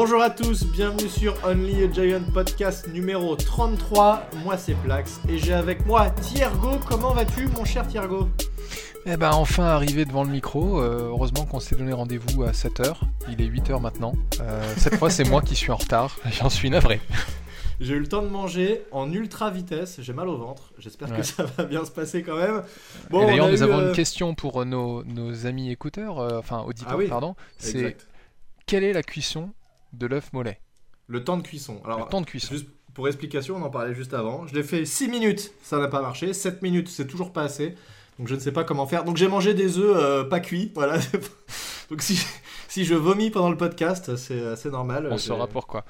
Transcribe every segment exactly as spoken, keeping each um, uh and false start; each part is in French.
Bonjour à tous, bienvenue sur Only a Giant Podcast numéro trente-trois. Moi c'est Plax et j'ai avec moi Thiergo. Comment vas-tu mon cher Thiergo ? Eh ben enfin arrivé devant le micro, euh, heureusement qu'on s'est donné rendez-vous à sept heures, il est huit heures maintenant. Euh, cette fois c'est moi qui suis en retard, j'en suis navré. J'ai eu le temps de manger en ultra vitesse, j'ai mal au ventre, j'espère ouais. que ça va bien se passer quand même. Bon, et d'ailleurs nous eu, avons euh... une question pour nos, nos amis écouteurs, euh, enfin auditeurs ah oui, pardon, c'est exact. Quelle est la cuisson de l'œuf mollet ? Le temps de cuisson. Alors, le temps de cuisson. Juste pour explication, on en parlait juste avant, je l'ai fait six minutes, ça n'a pas marché, sept minutes c'est toujours pas assez. Donc je ne sais pas comment faire. Donc j'ai mangé des œufs euh, pas cuits, voilà. Donc si, si je vomis pendant le podcast, c'est assez normal. On j'ai... saura pourquoi.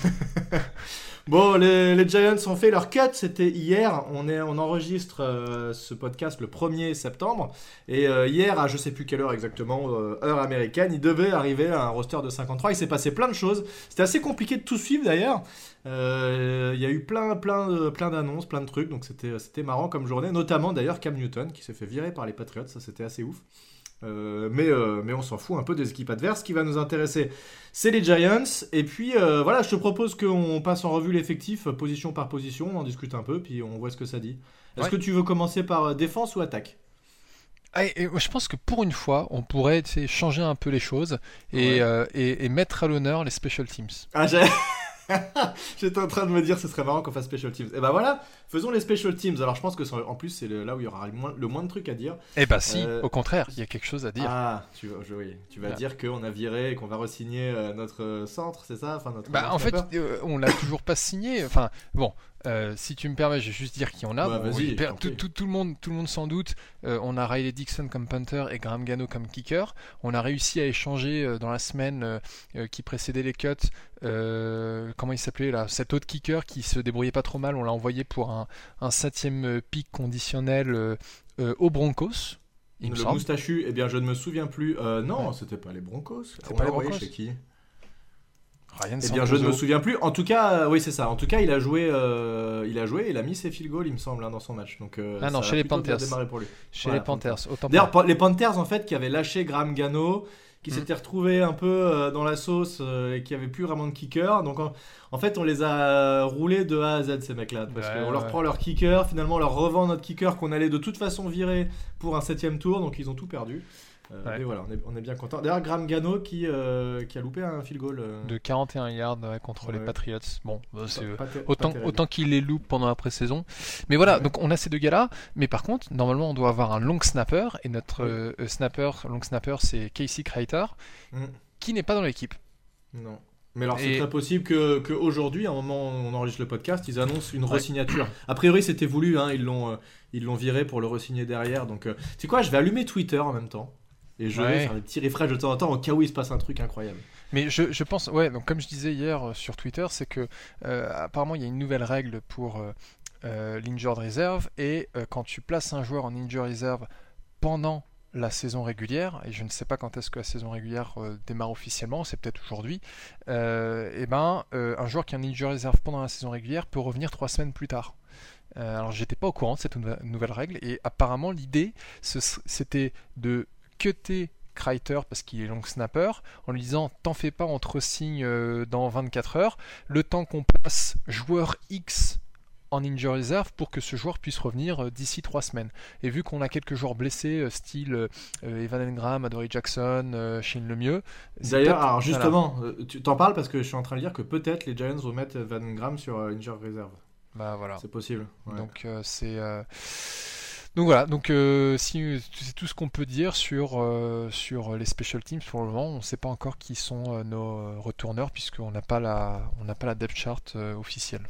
Bon, les, les Giants ont fait leur cut, c'était hier. On, est, on enregistre euh, ce podcast le premier septembre. Et euh, hier, à je ne sais plus quelle heure exactement, euh, heure américaine, il devait arriver à un roster de cinquante-trois. Il s'est passé plein de choses. C'était assez compliqué de tout suivre d'ailleurs. Euh, il y a eu plein, plein, de, plein d'annonces, plein de trucs. Donc c'était, c'était marrant comme journée. Notamment d'ailleurs Cam Newton qui s'est fait virer par les Patriots. Ça, c'était assez ouf. Euh, mais, euh, mais on s'en fout un peu des équipes adverses. Ce qui va nous intéresser, c'est les Giants. Et puis euh, voilà, je te propose qu'on passe en revue l'effectif position par position, on en discute un peu, puis on voit ce que ça dit. Est-ce ouais. que tu veux commencer par défense ou attaque ? Ah, et, et, je pense que pour une fois, on pourrait changer un peu les choses et, ouais. euh, et, et mettre à l'honneur les special teams. Ah, j'ai... J'étais en train de me dire ce serait marrant qu'on fasse special teams. Et ben voilà, faisons les special teams. Alors je pense que c'est, en plus c'est le, là où il y aura le moins, le moins de trucs à dire. Eh ben si, euh... au contraire, il y a quelque chose à dire. Ah, tu, je, oui, tu vas yeah. dire qu'on a viré et qu'on va re-signer euh, notre centre, c'est ça, enfin, notre bah, en fait, euh, on l'a toujours pas signé. Enfin, bon, euh, si tu me permets, je vais juste dire qui on a. Bah, bon, vas-y, on, tout, tout, tout, le monde, tout le monde sans doute. Euh, on a Riley Dixon comme punter et Graham Gano comme kicker. On a réussi à échanger euh, dans la semaine euh, qui précédait les cuts. Euh, comment il s'appelait là, cet autre kicker qui se débrouillait pas trop mal, on l'a envoyé pour un, un septième pick conditionnel euh, euh, aux Broncos. Il le me semble. moustachu, eh bien je ne me souviens plus. Euh, non, ouais. c'était pas les Broncos. C'était on pas les Broncos. Chez qui ? Ryan Eh bien je ne me souviens plus. En tout cas, euh, oui c'est ça. En tout cas, il a joué, euh, il a joué, et il a mis ses field goals, il me semble, hein, dans son match. Donc euh, ah non, ça chez a les Panthers. Démarré pour lui. Chez voilà, les Panthers. Autant D'ailleurs, pas. les Panthers en fait qui avaient lâché Graham Gano, qui mmh. s'étaient retrouvés un peu euh, dans la sauce euh, et qui n'avaient plus vraiment de kicker. Donc en, en fait, on les a roulés de A à Z ces mecs-là, parce ouais, qu'on ouais. leur prend leur kicker, finalement on leur revend notre kicker qu'on allait de toute façon virer pour un septième tour, donc ils ont tout perdu. Euh, ouais. Et voilà, on est, on est bien content. D'ailleurs, Graham Gano qui, euh, qui a loupé un field goal euh... de quarante et un yards ouais, contre ouais. les Patriots. Bon, bah, c'est, pas, pas ter- autant, autant qu'il les loupe pendant la pré-saison. Mais voilà, ouais. donc on a ces deux gars-là. Mais par contre, normalement, on doit avoir un long snapper. Et notre ouais. euh, snapper, long snapper, c'est Casey Kreiter, mm. qui n'est pas dans l'équipe. Non. Mais alors, c'est et... très possible que, qu'aujourd'hui, à un moment où on enregistre le podcast, ils annoncent une ouais. re-signature. A priori, c'était voulu. Hein, ils, l'ont, euh, ils l'ont viré pour le re-signer derrière. Donc, euh, tu sais quoi, je vais allumer Twitter en même temps. Et je ouais. vais faire des petits refresh de temps en temps au cas où il se passe un truc incroyable. Mais je, je pense, ouais, donc comme je disais hier euh, sur Twitter, c'est que euh, apparemment il y a une nouvelle règle pour euh, euh, l'injured reserve et euh, quand tu places un joueur en injured reserve pendant la saison régulière, et je ne sais pas quand est-ce que la saison régulière euh, démarre officiellement, c'est peut-être aujourd'hui, euh, et ben euh, un joueur qui est en injured reserve pendant la saison régulière peut revenir trois semaines plus tard. Euh, alors j'étais pas au courant de cette nouvelle règle et apparemment l'idée ce, c'était de cutter Kreiter parce qu'il est long snapper en lui disant t'en fais pas, on te re-signe euh, dans vingt-quatre heures le temps qu'on passe joueur X en injured reserve pour que ce joueur puisse revenir euh, d'ici trois semaines. Et vu qu'on a quelques joueurs blessés euh, style euh, Evan Engram, Adoree Jackson, euh, Shane Lemieux. D'ailleurs, alors justement, voilà. euh, tu t'en parles parce que je suis en train de dire que peut-être les Giants vont mettre Evan Engram sur euh, injured reserve. Bah voilà. C'est possible. Ouais. Donc euh, c'est euh... Donc voilà, donc euh, si, c'est tout ce qu'on peut dire sur, euh, sur les special teams pour le moment. On ne sait pas encore qui sont euh, nos retourneurs puisqu'on n'a pas la, on n'a pas la depth chart euh, officielle.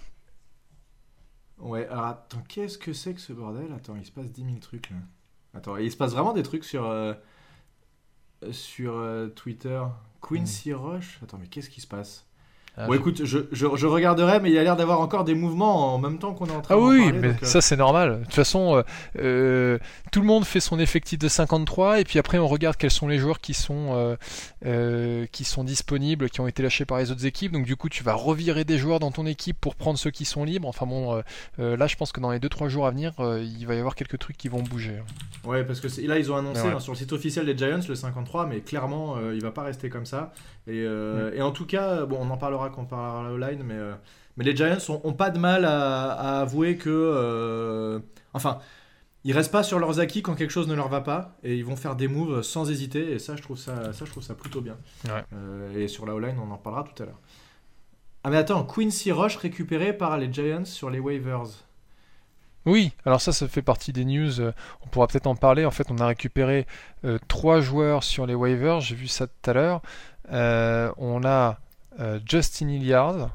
Ouais, alors attends, qu'est-ce que c'est que ce bordel ? Attends, il se passe dix mille trucs là. Attends, il se passe vraiment des trucs sur, euh, sur euh, Twitter. Quincy mmh. Rush ? Attends, mais qu'est-ce qui se passe ? Ah, bon, je... écoute, je, je, je regarderai, mais il y a l'air d'avoir encore des mouvements en même temps qu'on est en train Ah d'en oui, parler. mais donc, euh... ça c'est normal. De toute façon, euh, euh, tout le monde fait son effectif de cinquante-trois et puis après on regarde quels sont les joueurs qui sont euh, euh, qui sont disponibles, qui ont été lâchés par les autres équipes. Donc du coup, tu vas revirer des joueurs dans ton équipe pour prendre ceux qui sont libres. Enfin bon, euh, euh, là je pense que dans les deux trois jours à venir, euh, il va y avoir quelques trucs qui vont bouger. Ouais, parce que c'est... là ils ont annoncé ouais. hein, sur le site officiel des Giants le cinquante-trois, mais clairement euh, il va pas rester comme ça. Et, euh, mm. et en tout cas, bon, on en parlera quand on parlera à la line, mais euh, mais les Giants ont, ont pas de mal à, à avouer que, euh, enfin, ils restent pas sur leurs acquis quand quelque chose ne leur va pas, et ils vont faire des moves sans hésiter. Et ça, je trouve ça, ça, je trouve ça plutôt bien. Ouais. Euh, et sur la line, on en parlera tout à l'heure. Ah mais attends, Quincy Rush récupéré par les Giants sur les waivers. Oui, alors ça, ça fait partie des news. Euh, on pourra peut-être en parler. En fait, on a récupéré euh, trois joueurs sur les waivers. J'ai vu ça tout à l'heure. Euh, on a euh, Justin Hilliard,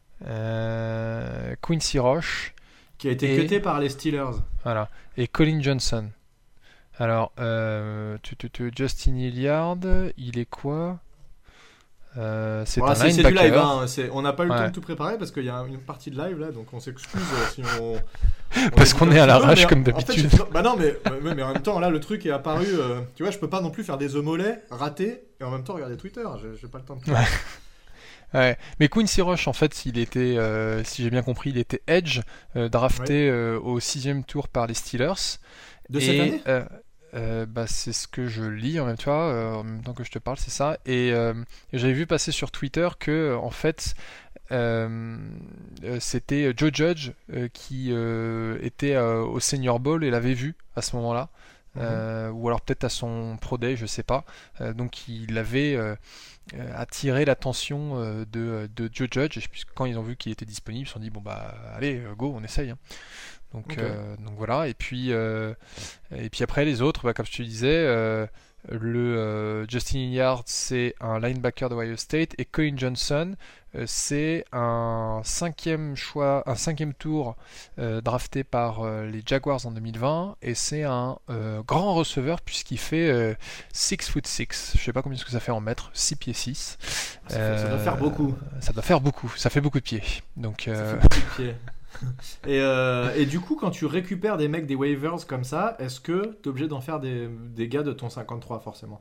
euh, Quincy Roche, qui a été et, cuté par les Steelers. Voilà, et Colin Johnson. Alors, euh, tu, tu, tu, Justin Hilliard, il est quoi? Euh, c'est voilà, un c'est, linebacker. c'est du live, hein. c'est, on n'a pas eu le ouais. temps de tout préparer parce qu'il y a une partie de live là, donc on s'excuse si on. on parce qu'on est à l'arrache comme mais, d'habitude. En fait, bah non, mais, mais, mais en même temps là, le truc est apparu. Euh, tu vois, je peux pas non plus faire des œufs mollets ratés et en même temps regarder Twitter. J'ai, j'ai pas le temps de. Ouais. Ouais. Mais Quincy Rush, en fait, il était, euh, si j'ai bien compris, il était edge, euh, drafté ouais. euh, au sixième tour par les Steelers. De et, cette année. Euh, Euh, bah, c'est ce que je lis en même, tu vois, euh, en même temps que je te parle, c'est ça. Et, euh, et j'avais vu passer sur Twitter que, en fait, euh, c'était Joe Judge euh, qui euh, était euh, au Senior Bowl et l'avait vu à ce moment-là. Mm-hmm. Euh, ou alors peut-être à son Pro Day, je sais pas. Euh, donc il avait euh, attiré l'attention euh, de, de Joe Judge. Et puis, quand ils ont vu qu'il était disponible, ils se sont dit bon bah allez, go, on essaye. Hein. Donc, okay. euh, donc voilà, et puis, euh, et puis après les autres, bah, comme je te disais, euh, le euh, Justin Hilliard c'est un linebacker de Ohio State et Colin Johnson euh, c'est un cinquième choix, un cinquième tour euh, drafté par euh, les Jaguars en deux mille vingt et c'est un euh, grand receveur puisqu'il fait euh, six foot six. Je sais pas combien ce que ça fait en mètres, six pieds six. Ça, euh, ça doit faire beaucoup. Ça doit faire beaucoup, ça fait beaucoup de pieds. Donc, euh... ça fait beaucoup de pieds. Et, euh, et du coup, quand tu récupères des mecs des waivers comme ça, est-ce que tu es obligé d'en faire des, des gars de ton cinquante-trois forcément?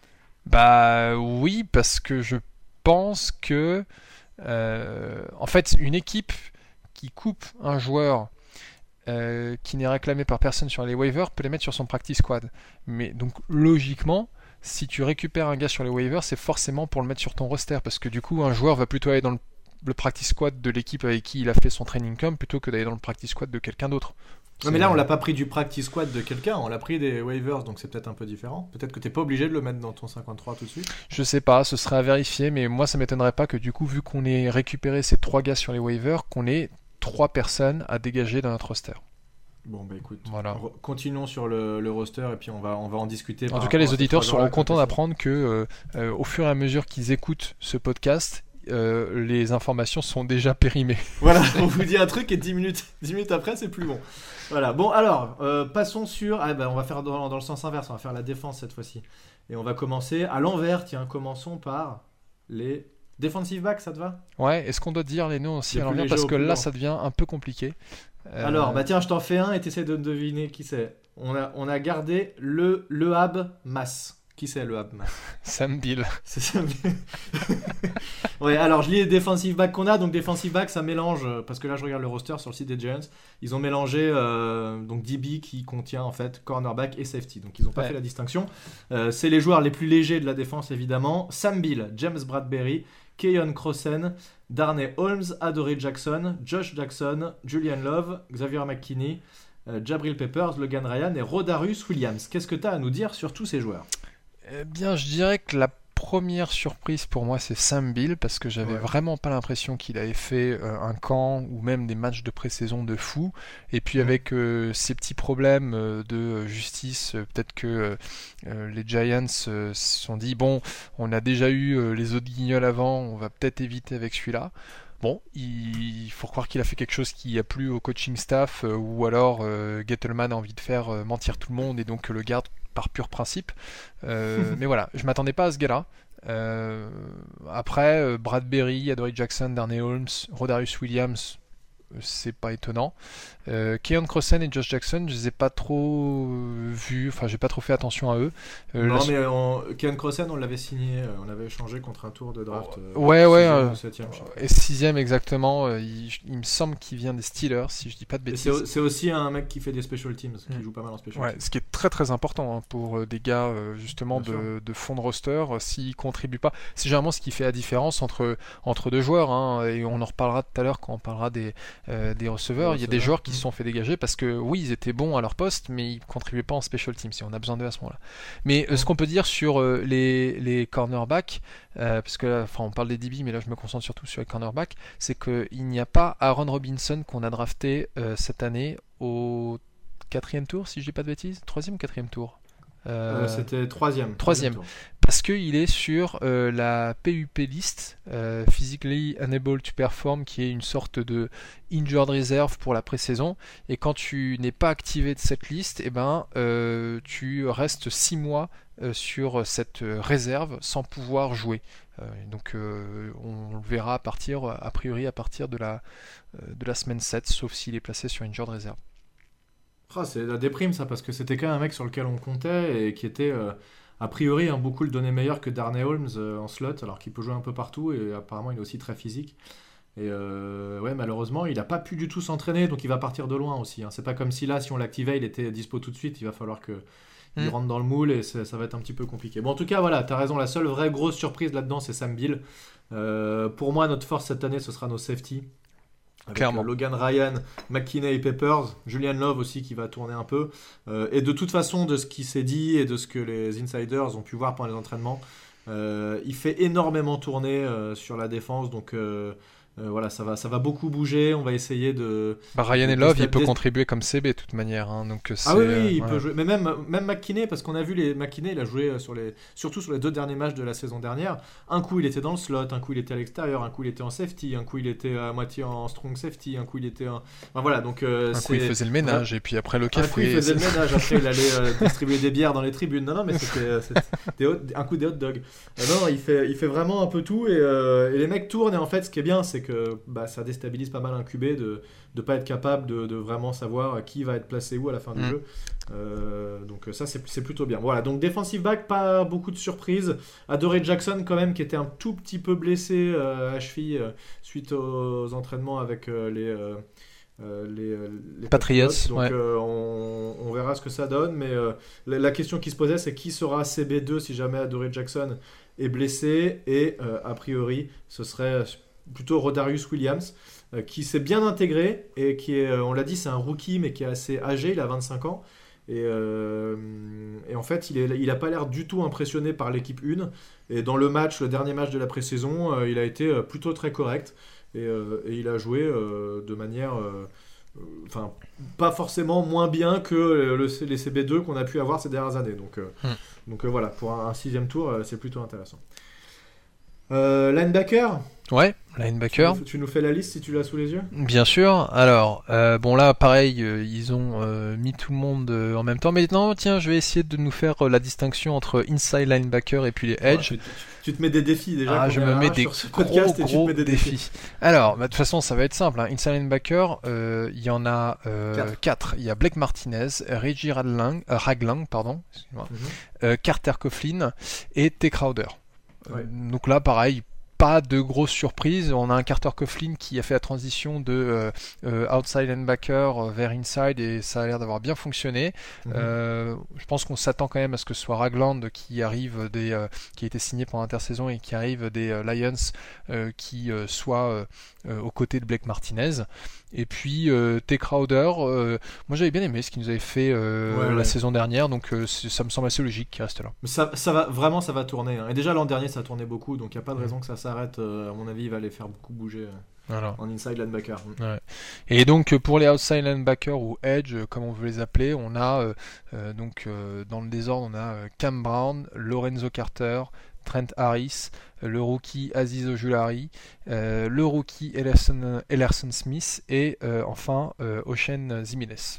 Bah oui, parce que je pense que euh, en fait, une équipe qui coupe un joueur euh, qui n'est réclamé par personne sur les waivers peut les mettre sur son practice squad. Mais donc logiquement, si tu récupères un gars sur les waivers, c'est forcément pour le mettre sur ton roster parce que du coup, un joueur va plutôt aller dans le le practice squad de l'équipe avec qui il a fait son training camp plutôt que d'aller dans le practice squad de quelqu'un d'autre. Non mais là on l'a pas pris du practice squad de quelqu'un, on l'a pris des waivers, donc c'est peut-être un peu différent. Peut-être que t'es pas obligé de le mettre dans ton cinquante-trois tout de suite. Je sais pas, ce serait à vérifier, mais moi ça m'étonnerait pas que du coup, vu qu'on ait récupéré ces trois gars sur les waivers, qu'on ait trois personnes à dégager dans notre roster. Bon bah écoute, voilà. re- continuons sur le, le roster et puis on va, on va en discuter. En tout cas les auditeurs seront contents d'apprendre que euh, euh, au fur et à mesure qu'ils écoutent ce podcast, Euh, les informations sont déjà périmées. Voilà, on vous dit un truc et dix minutes, dix minutes après, c'est plus bon. Voilà, bon alors, euh, passons sur... Ah ben, on va faire dans, dans le sens inverse, on va faire la défense cette fois-ci. Et on va commencer à l'envers, tiens, commençons par les defensive backs, ça te va? Ouais, est-ce qu'on doit dire les noms aussi à l'envers? Parce que là, ça devient un peu compliqué. Euh... Alors, bah tiens, je t'en fais un et t'essaies de deviner qui c'est. On a, on a gardé le, le Hab Mass. Qui c'est le Hab Mass? Sam Bill. C'est Sam Bill. Ouais, alors je lis les defensive backs qu'on a. Donc defensive back, ça mélange, parce que là je regarde le roster sur le site des Giants. Ils ont mélangé euh, donc D B qui contient en fait cornerback et safety. Donc ils n'ont pas ouais. fait la distinction. Euh, c'est les joueurs les plus légers de la défense évidemment. Sam Bill, James Bradbury, Keyon Crossen, Darnay Holmes, Adoree Jackson, Josh Jackson, Julian Love, Xavier McKinney, euh, Jabril Peppers, Logan Ryan et Rodarius Williams. Qu'est-ce que tu as à nous dire sur tous ces joueurs? Eh bien, je dirais que la première surprise pour moi, c'est Sam Bill, parce que j'avais ouais. vraiment pas l'impression qu'il avait fait euh, un camp ou même des matchs de pré-saison de fou. Et puis, mmh. avec euh, ces petits problèmes euh, de justice, euh, peut-être que euh, les Giants euh, se sont dit bon, on a déjà eu euh, les autres guignols avant, on va peut-être éviter avec celui-là. Bon, il faut croire qu'il a fait quelque chose qui a plu au coaching staff, euh, ou alors euh, Gettleman a envie de faire euh, mentir tout le monde et donc le garde par pur principe. Euh, mais voilà, je m'attendais pas à ce gars-là. Euh, après, euh, Bradbury, Adoree Jackson, Darnay Holmes, Rodarius Williams, c'est pas étonnant. Euh, Keon Crossen et Josh Jackson, je les ai pas trop euh, vus, enfin j'ai pas trop fait attention à eux. Euh, non, la... mais on... Keon Crossen, on l'avait signé, on l'avait échangé contre un tour de draft. Euh, ouais, ouais. Euh, septième, et sixième exactement. Il, il me semble qu'il vient des Steelers, si je dis pas de bêtises. C'est, c'est aussi un mec qui fait des special teams, qui mmh. joue pas mal en special ouais, teams. Ce qui est très très important hein, pour des gars justement de, de fond de roster. S'ils contribuent pas, c'est généralement ce qui fait la différence entre entre deux joueurs. Hein, et on en reparlera tout à l'heure quand on parlera des euh, des receveurs. Il y a des joueurs qui se sont fait dégager parce que oui, ils étaient bons à leur poste, mais ils contribuaient pas en special teams. Si on a besoin d'eux à ce moment-là. Mais euh, ce qu'on peut dire sur euh, les les cornerbacks, euh, parce que enfin on parle des D B, mais là je me concentre surtout sur les cornerbacks, c'est que il n'y a pas Aaron Robinson qu'on a drafté euh, cette année au quatrième tour, si je dis pas de bêtises, troisième ou quatrième tour. Euh, euh, c'était troisième. Troisième. troisième parce qu'il est sur euh, la P U P list, euh, Physically Unable to Perform, qui est une sorte de injured reserve pour la pré-saison. Et quand tu n'es pas activé de cette liste, eh ben, euh, tu restes six mois euh, sur cette réserve sans pouvoir jouer. Euh, donc euh, on le verra à partir, a priori à partir de la, euh, de la semaine sept, sauf s'il est placé sur injured reserve. Oh, c'est la déprime ça, parce que c'était quand même un mec sur lequel on comptait et qui était euh, a priori hein, beaucoup le donné meilleur que Darnay Holmes euh, en slot, alors qu'il peut jouer un peu partout et apparemment il est aussi très physique. Et euh, ouais, malheureusement il n'a pas pu du tout s'entraîner, donc il va partir de loin aussi. Hein. C'est pas comme si là, si on l'activait, il était dispo tout de suite, il va falloir que il mmh. rentre dans le moule et ça va être un petit peu compliqué. Bon, en tout cas, voilà, t'as raison, la seule vraie grosse surprise là-dedans, c'est Sam Beal. Euh, pour moi, notre force cette année, ce sera nos safety. Avec Clairement. Euh, Logan Ryan, McKinney et Peppers, Julian Love aussi qui va tourner un peu. Euh, et de toute façon, de ce qui s'est dit et de ce que les insiders ont pu voir pendant les entraînements, euh, il fait énormément tourner euh, sur la défense. Donc euh, euh, voilà, ça va, ça va beaucoup bouger. On va essayer de. Bah, Ryan et Love, il peut des... contribuer comme C B de toute manière. Hein, donc ah oui, oui il euh, peut ouais. jouer. Mais même, même McKinney, parce qu'on a vu les McKinney, il a joué sur les, surtout sur les deux derniers matchs de la saison dernière. Un coup, il était dans le slot, un coup, il était à l'extérieur, un coup, il était en safety, un coup, il était à moitié en strong safety, un coup, il était en. Enfin, voilà, donc. Euh, un c'est... coup, il faisait le ménage, ouais. Et puis après le café. Un coup, il faisait le ménage, après, il allait euh, distribuer des bières dans les tribunes. Non, non, mais c'était, c'était des hot... un coup des hot dogs. Euh, non, il fait, il fait vraiment un peu tout et, euh, et les mecs tournent. Et en fait, ce qui est bien, c'est que bah, ça déstabilise pas mal un Q B de ne pas être capable de, de vraiment savoir qui va être placé où à la fin du mmh. jeu. Euh, donc ça, c'est, c'est plutôt bien. Voilà, donc defensive back, pas beaucoup de surprises. Adoree Jackson quand même, qui était un tout petit peu blessé euh, à cheville euh, suite aux entraînements avec euh, les... Euh, Euh, les, les Patriots, Patriots. Donc ouais. euh, on, on verra ce que ça donne, mais euh, la, la question qui se posait, c'est qui sera C B deux si jamais Adoree Jackson est blessé, et euh, a priori ce serait plutôt Rodarius Williams euh, qui s'est bien intégré et qui est, on l'a dit, c'est un rookie mais qui est assez âgé, il a vingt-cinq ans. Et, euh, et en fait, il, est, il a pas l'air du tout impressionné par l'équipe un. Et dans le match, le dernier match de la pré-saison, euh, il a été plutôt très correct. Et, euh, et il a joué euh, de manière, enfin, euh, pas forcément moins bien que le, les C B deux qu'on a pu avoir ces dernières années. Donc, euh, hmm. donc euh, voilà, pour un, un sixième tour, euh, c'est plutôt intéressant. Euh, linebacker. Ouais, linebacker. Tu nous, tu nous fais la liste si tu l'as sous les yeux. Bien sûr. Alors, euh, bon là, pareil, euh, ils ont euh, mis tout le monde euh, en même temps. Mais non, tiens, je vais essayer de nous faire euh, la distinction entre inside linebacker et puis les edge. Ouais, tu, tu te mets des défis déjà. Ah, je me mets des gros, gros des défis. défis. Alors, bah, de toute façon, ça va être simple. Hein. Inside linebacker, il euh, y en a euh, quatre. Il y a Blake Martinez, Reggie Ragland, euh, Ragland pardon, excuse-moi, mm-hmm. euh, Carter Coughlin et T. Crowder. Ouais. Euh, donc là, pareil. Pas de grosses surprises. On a un Carter Coughlin qui a fait la transition de euh, euh, outside linebacker vers inside et ça a l'air d'avoir bien fonctionné. Mm-hmm. Euh, je pense qu'on s'attend quand même à ce que ce soit Ragland qui arrive des, euh, qui a été signé pendant l'intersaison et qui arrive des euh, Lions euh, qui euh, soit euh, euh, aux côtés de Blake Martinez. Et puis euh, T. Crowder, euh, moi j'avais bien aimé ce qu'il nous avait fait euh, ouais, la ouais. saison dernière, donc euh, ça me semble assez logique qu'il reste là. Mais ça, ça va vraiment, ça va tourner. Hein. Et déjà l'an dernier ça tournait beaucoup, donc il n'y a pas de raison mmh. que ça s'arrête. Euh, à mon avis, il va les faire beaucoup bouger euh, voilà. en inside linebacker. Ouais. Et donc pour les outside linebacker ou edge, comme on veut les appeler, on a euh, euh, donc euh, dans le désordre, on a euh, Cam Brown, Lorenzo Carter, Trent Harris, le rookie Aziz Ojulari, euh, le rookie Ellerson, Ellerson Smith et euh, enfin euh, Ocean Ziménez.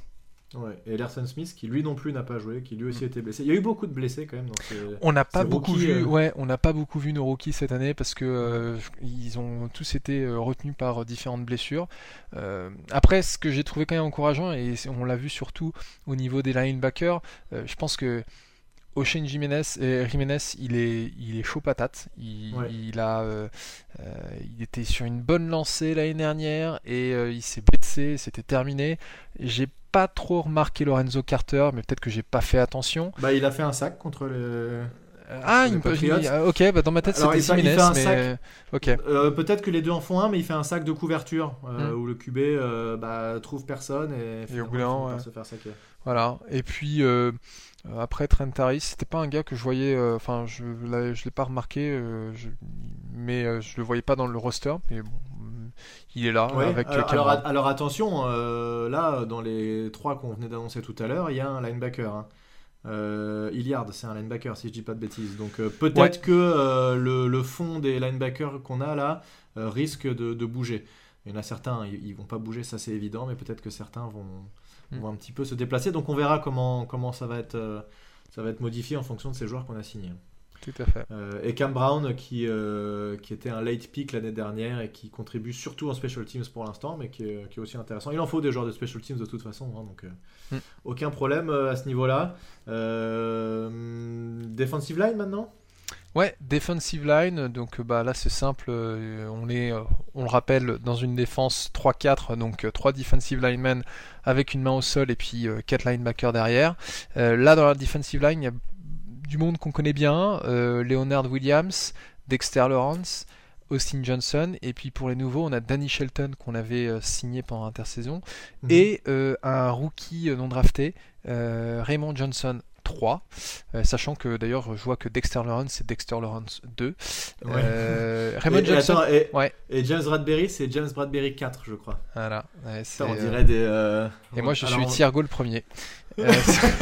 Ouais. Et Larson Smith, qui lui non plus n'a pas joué, qui lui aussi a été blessé. Il y a eu beaucoup de blessés quand même dans ces... On n'a pas ces beaucoup rookies, vu, euh. ouais, on n'a pas beaucoup vu nos rookies cette année parce que euh, ils ont tous été euh, retenus par euh, différentes blessures. Euh, après, ce que j'ai trouvé quand même encourageant, et on l'a vu surtout au niveau des linebackers, euh, je pense que Oshane Jimenez, euh, Jimenez, il est, il est chaud patate. Il, Ouais. il a, euh, euh, il était sur une bonne lancée l'année dernière et euh, il s'est blessé, c'était terminé. J'ai pas trop remarqué Lorenzo Carter, mais peut-être que j'ai pas fait attention. Bah, il a fait un sac contre le. Ah, les il me peut- Patriots. il- ah, ok, bah dans ma tête Alors, c'était il fait- il Jimenez, fait un mais sac. euh, ok. Euh, peut-être que les deux en font un, mais il fait un sac de couverture euh, Hmm. où le Q B euh, bah, trouve personne et, Et au finalement, bout il d'un finit moment, par ouais. se faire saquer. Voilà. Et puis euh, euh, après Trent Harris, c'était pas un gars que je voyais, euh, enfin je l'ai, je l'ai pas remarqué, euh, je- mais euh, je le voyais pas dans le roster. Mais bon, mm, il est là Ouais, avec euh, alors, alors, Cameron. alors attention, euh, là, dans les trois qu'on venait d'annoncer tout à l'heure, il y a un linebacker. Hein. Euh, Hilliard, c'est un linebacker si je dis pas de bêtises. Donc euh, peut-être Ouais. que euh, le, le fond des linebackers qu'on a là euh, risque de, de bouger. Il y en a certains, ils, ils vont pas bouger, ça c'est évident, mais peut-être que certains vont, Mm. vont un petit peu se déplacer. Donc on verra comment, comment ça, va être, euh, ça va être modifié en fonction de ces joueurs qu'on a signés. Tout à fait. Euh, et Cam Brown qui, euh, qui était un late pick l'année dernière et qui contribue surtout en special teams pour l'instant, mais qui est, qui est aussi intéressant. Il en faut des joueurs de special teams de toute façon, hein, donc euh, Mm. aucun problème euh, à ce niveau-là. Euh, defensive line maintenant. Ouais, defensive line, donc euh, bah là c'est simple, euh, on est, euh, on le rappelle, dans une défense trois quatre, donc euh, trois defensive linemen avec une main au sol et puis euh, quatre linebackers derrière. Euh, là dans la defensive line, il y a du monde qu'on connaît bien, euh, Leonard Williams, Dexter Lawrence, Austin Johnson, et puis pour les nouveaux, on a Danny Shelton qu'on avait euh, signé pendant l'intersaison, Mhm. et euh, un rookie euh, non drafté, euh, Raymond Johnson trois, euh, sachant que d'ailleurs je vois que Dexter Lawrence c'est Dexter Lawrence deux. Ouais. Euh, Et, Raymond et Johnson, attends, et, ouais, et James Bradbury, c'est James Bradbury quatre, je crois. voilà. Ouais, c'est, Ça, on euh, dirait des. euh, Et moi je alors, suis on- Thiergo le premier. Euh,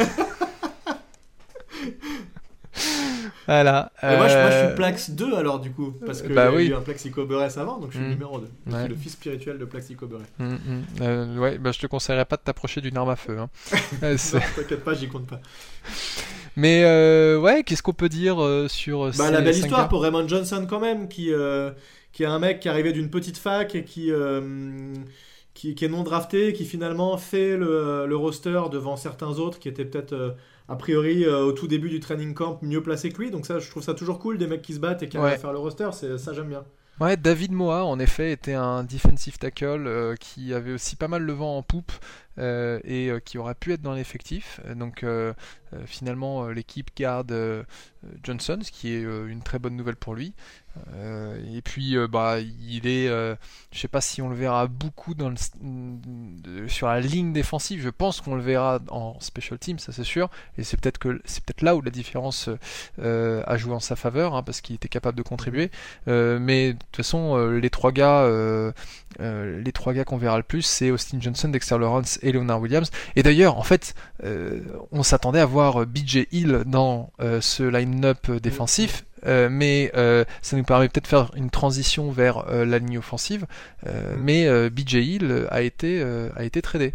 voilà. Et moi, je, moi, je euh, suis Plax deux alors du coup, parce qu'il bah y a oui. eu un Plaxico Burress avant, donc je suis Mm. le numéro deux. Je Ouais. suis le fils spirituel de Plaxico Burress. Mm, mm. Euh, ouais, bah, je te conseillerais pas de t'approcher d'une arme à feu. Hein. Euh, c'est- Non, t'inquiète pas, j'y compte pas. Mais euh, ouais, qu'est-ce qu'on peut dire euh, sur Bah, ces la belle cinq histoire gars pour Raymond Johnson quand même, qui, euh, qui est un mec qui est arrivé d'une petite fac et qui, euh, qui, qui est non drafté, qui finalement fait le, le roster devant certains autres qui étaient peut-être euh, a priori euh, au tout début du training camp mieux placés que lui. Donc ça, je trouve ça toujours cool, des mecs qui se battent et qui arrivent Ouais. à faire le roster, c'est, ça j'aime bien. Ouais, David Moa, en effet, était un defensive tackle euh, qui avait aussi pas mal le vent en poupe euh, et euh, qui aurait pu être dans l'effectif. Euh, Donc euh, euh, finalement, euh, l'équipe garde euh, Johnson, ce qui est euh, une très bonne nouvelle pour lui. Euh, et puis, euh, bah, il est, euh, je sais pas si on le verra beaucoup dans le, de- sur la ligne défensive. Je pense qu'on le verra en special team, ça c'est sûr. Et c'est peut-être que c'est peut-être là où la différence euh, a joué en sa faveur, hein, parce qu'il était capable de contribuer. Euh, mais de toute façon, euh, les trois gars, euh, euh, les trois gars qu'on verra le plus, c'est Austin Johnson, Dexter Lawrence et Leonard Williams. Et d'ailleurs, en fait, euh, on s'attendait à voir B J Hill dans euh, ce line-up défensif. Euh, mais euh, ça nous permet peut-être de faire une transition vers euh, la ligne offensive. Euh, Mm. Mais euh, B J Hill a été, euh, a été tradé.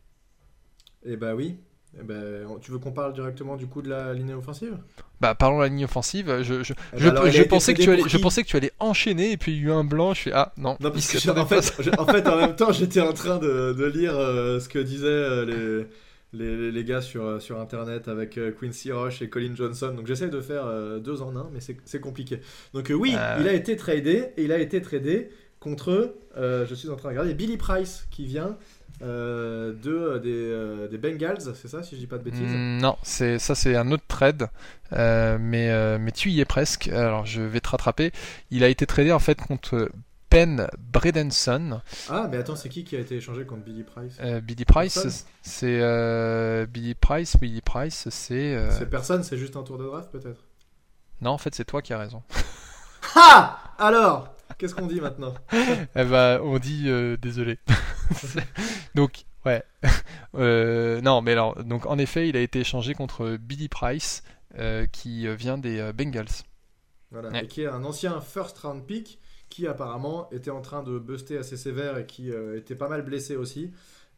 Et bah oui. Eh ben, tu veux qu'on parle directement du coup de la ligne offensive? Bah, parlons de la ligne offensive. Je, je, Eh ben je, alors, il a je été pensais que tradé tu allais, pour je qui pensais que tu allais enchaîner et puis il y a eu un blanc. Je fais ah non. Non, parce il que s'y je- en, attendait fait, pas. je- en fait, en même temps, j'étais en train de, de lire euh, ce que disaient euh, les, les, les gars sur, sur internet avec euh, Quincy Roche et Colin Johnson. Donc j'essaie de faire euh, deux en un, mais c'est c'est compliqué. Donc euh, oui, Euh. il a été tradé et il a été tradé contre, euh, je suis en train de regarder, Billy Price qui vient euh, de, euh, des, euh, des Bengals, c'est ça si je dis pas de bêtises? Mm, Non, c'est ça, c'est un autre trade, euh, mais euh, mais tu y es presque. Alors je vais te rattraper. Il a été tradé en fait contre Penn Bredenson. Ah, mais attends, c'est qui qui a été échangé contre Billy Price? Euh, Billy Price, Personne c'est euh, Billy Price. Billy Price, c'est euh, C'est personne, c'est juste un tour de draft peut-être? non, en fait, c'est toi qui as raison. Ah! Alors, qu'est-ce qu'on dit maintenant? Eh ben, on dit euh, désolé. C'est- donc, ouais. Euh, non, mais alors, donc en effet, il a été échangé contre Billy Price, euh, qui euh, vient des euh, Bengals. Voilà, Ouais. et qui est un ancien first round pick qui apparemment était en train de buster assez sévère et qui euh, était pas mal blessé aussi.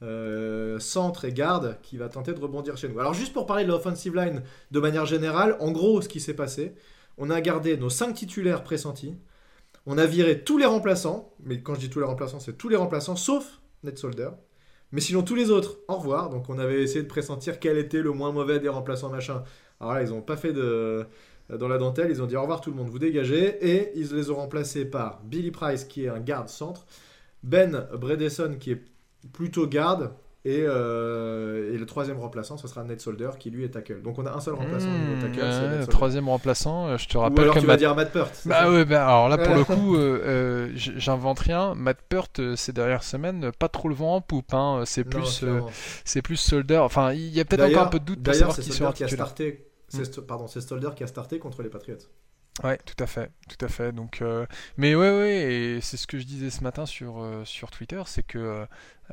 euh, centre et garde qui va tenter de rebondir chez nous. Alors juste pour parler de l'offensive line de manière générale, en gros ce qui s'est passé, on a gardé nos cinq titulaires pressentis, on a viré tous les remplaçants, mais quand je dis tous les remplaçants, c'est tous les remplaçants sauf Nate Solder. Mais sinon tous les autres, au revoir. Donc on avait essayé de pressentir quel était le moins mauvais des remplaçants machin. Alors là ils n'ont pas fait de... dans la dentelle, ils ont dit au revoir tout le monde, vous dégagez, et ils les ont remplacés par Billy Price qui est un garde centre, Ben Bredesen qui est plutôt garde, et, euh, et le troisième remplaçant ce sera Nate Solder qui lui est tackle. Donc on a un seul remplaçant Mmh, au niveau tackle, ouais, c'est Nate le Solder. troisième remplaçant, je te Ou rappelle alors que tu vas Matt... dire Matt Peart. Bah ouais, bah alors là pour le coup, euh, euh, j'invente rien. Matt Peart euh, ces dernières semaines, pas trop le vent en poupe. Hein. C'est Non, plus, euh, clairement. c'est plus Solder. Enfin, il y a peut-être D'ailleurs- encore un peu de doute pour D'ailleurs savoir c'est qui Solder sera qui a titulaire. starté. C'est, Sto- pardon, c'est Solder qui a starté contre les Patriots. Ouais, tout à fait, tout à fait. Donc, euh, mais ouais, ouais, et c'est ce que je disais ce matin sur euh, sur Twitter, c'est que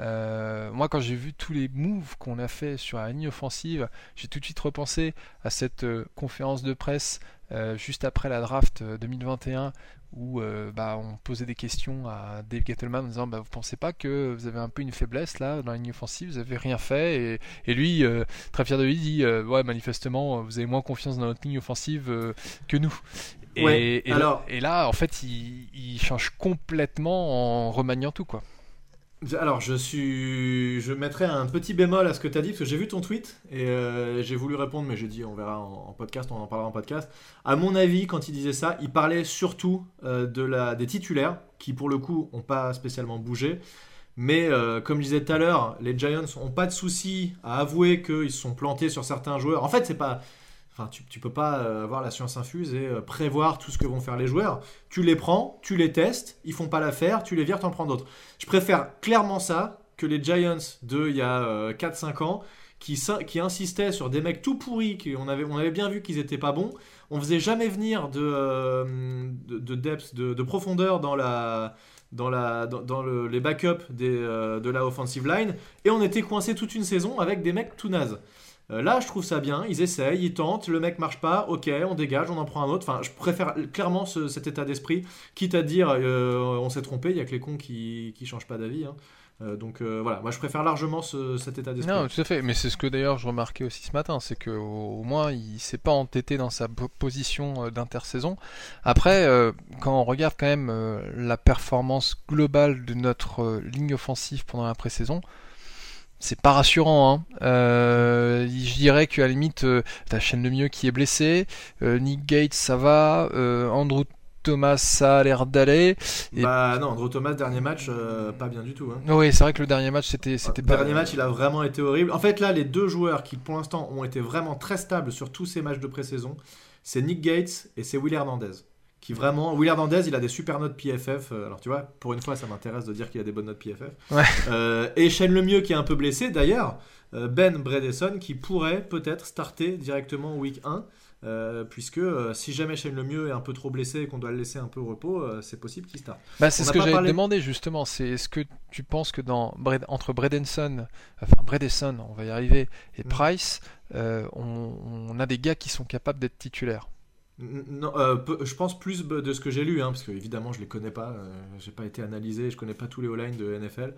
euh, moi, quand j'ai vu tous les moves qu'on a fait sur la ligne offensive, j'ai tout de suite repensé à cette euh, conférence de presse euh, juste après la draft euh, deux mille vingt et un où euh, bah, on posait des questions à Dave Gettleman en disant bah, vous pensez pas que vous avez un peu une faiblesse là dans la ligne offensive, vous avez rien fait, et, et lui euh, très fier de lui dit euh, ouais manifestement vous avez moins confiance dans notre ligne offensive euh, que nous. Et, Ouais, et, alors- là, et là, en fait, il, il change complètement en remaniant tout, quoi. Alors, je suis, je mettrai un petit bémol à ce que tu as dit parce que j'ai vu ton tweet et euh, j'ai voulu répondre, mais j'ai dit on verra en, en podcast, on en parlera en podcast. À mon avis, quand il disait ça, il parlait surtout euh, de la, des titulaires qui, pour le coup, n'ont pas spécialement bougé. Mais euh, comme je disais tout à l'heure, les Giants n'ont pas de souci à avouer qu'ils se sont plantés sur certains joueurs. En fait, c'est pas. Enfin, tu, tu peux pas euh, avoir la science infuse et euh, prévoir tout ce que vont faire les joueurs. Tu les prends, tu les testes, ils font pas l'affaire, tu les vires, t'en prends d'autres. Je préfère clairement ça que les Giants de il y a euh, quatre cinq ans qui, qui insistaient sur des mecs tout pourris, qui, on, avait, on avait bien vu qu'ils étaient pas bons. On faisait jamais venir de, euh, de, de depth, de, de profondeur dans la... dans, la, dans, dans le, les backups des, euh, de la offensive line, et on était coincé toute une saison avec des mecs tout nazes. Euh, là, je trouve ça bien, ils essayent, ils tentent, le mec marche pas, ok, on dégage, on en prend un autre. Enfin, je préfère clairement ce, cet état d'esprit, quitte à dire euh, on s'est trompé, il y a que les cons qui, qui changent pas d'avis. Hein. Euh, donc euh, voilà, moi je préfère largement ce, cet état d'esprit. Non, tout à fait, mais c'est ce que d'ailleurs je remarquais aussi ce matin, c'est qu'au au moins il s'est pas entêté dans sa position euh, d'intersaison. Après, euh, quand on regarde quand même euh, la performance globale de notre euh, ligne offensive pendant la pré-saison, c'est pas rassurant. Hein. Euh, je dirais qu'à la limite, euh, t'as Shane Lemieux qui est blessé, euh, Nick Gates ça va, euh, Andrew Thomas ça a l'air d'aller. Et... Bah non, Andrew Thomas, dernier match, euh, pas bien du tout. Hein. Oui, c'est vrai que le dernier match, c'était, c'était le pas... Le dernier match, il a vraiment été horrible. En fait, là, les deux joueurs qui, pour l'instant, ont été vraiment très stables sur tous ces matchs de pré-saison, c'est Nick Gates et c'est Will Hernandez. Qui vraiment... Will Hernandez, il a des super notes P F F. Alors, tu vois, pour une fois, ça m'intéresse de dire qu'il a des bonnes notes P F F. Ouais. Euh, et Shane Lemieux, qui est un peu blessé, d'ailleurs. Ben Bredesen, qui pourrait peut-être starter directement au week un. Euh, puisque euh, si jamais Shane Lemieux est un peu trop blessé et qu'on doit le laisser un peu au repos, euh, c'est possible qu'il starte. Bah, c'est on ce que j'allais parlé... te demander justement, c'est est-ce que tu penses que dans entre Bredesen, enfin Bredesen, on va y arriver, et mmh. Price, euh, on, on a des gars qui sont capables d'être titulaires? Non, euh, peu, je pense plus de ce que j'ai lu, hein, parce que évidemment je les connais pas, euh, j'ai pas été analysé, je connais pas tous les O-line de N F L.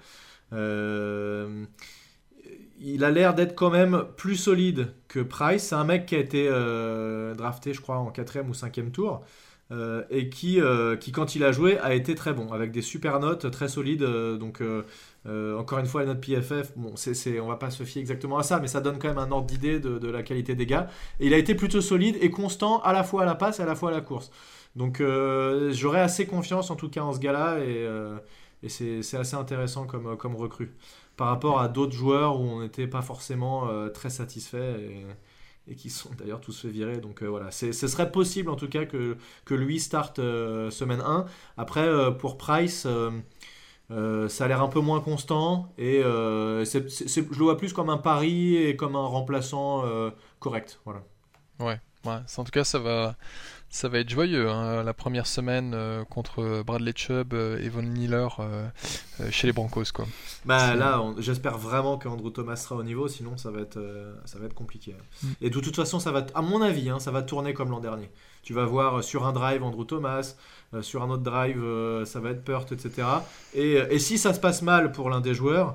Euh, il a l'air d'être quand même plus solide que Price. C'est un mec qui a été euh, drafté, je crois, en quatrième ou cinquième tour, euh, et qui, euh, qui, quand il a joué, a été très bon, avec des super notes, très solides. Euh, donc, euh, euh, encore une fois, les notes P F F, bon, c'est, c'est, on va pas se fier exactement à ça, mais ça donne quand même un ordre d'idée de, de la qualité des gars. Et il a été plutôt solide et constant, à la fois à la passe et à la fois à la course. Donc, euh, j'aurais assez confiance, en tout cas, en ce gars-là, et, euh, et c'est, c'est assez intéressant comme, comme recrue. Par rapport à d'autres joueurs où on n'était pas forcément euh, très satisfait et, et qui sont d'ailleurs tous fait virer. Donc euh, voilà, c'est, ce serait possible en tout cas que, que lui starte euh, semaine un. Après, euh, pour Price, euh, euh, ça a l'air un peu moins constant et euh, c'est, c'est, c'est, je le vois plus comme un pari et comme un remplaçant euh, correct. Voilà. Ouais, ouais. En tout cas, ça va... Ça va être joyeux, hein, la première semaine euh, contre Bradley Chubb euh, et Von Miller euh, euh, chez les Broncos, quoi. Bah là, on, j'espère vraiment qu'Andrew Thomas sera au niveau, sinon ça va être, euh, ça va être compliqué. Mm. Et de toute façon, ça va, à mon avis, hein, ça va tourner comme l'an dernier. Tu vas voir sur un drive Andrew Thomas, euh, sur un autre drive, euh, ça va être Peart, et cetera. Et, et si ça se passe mal pour l'un des joueurs,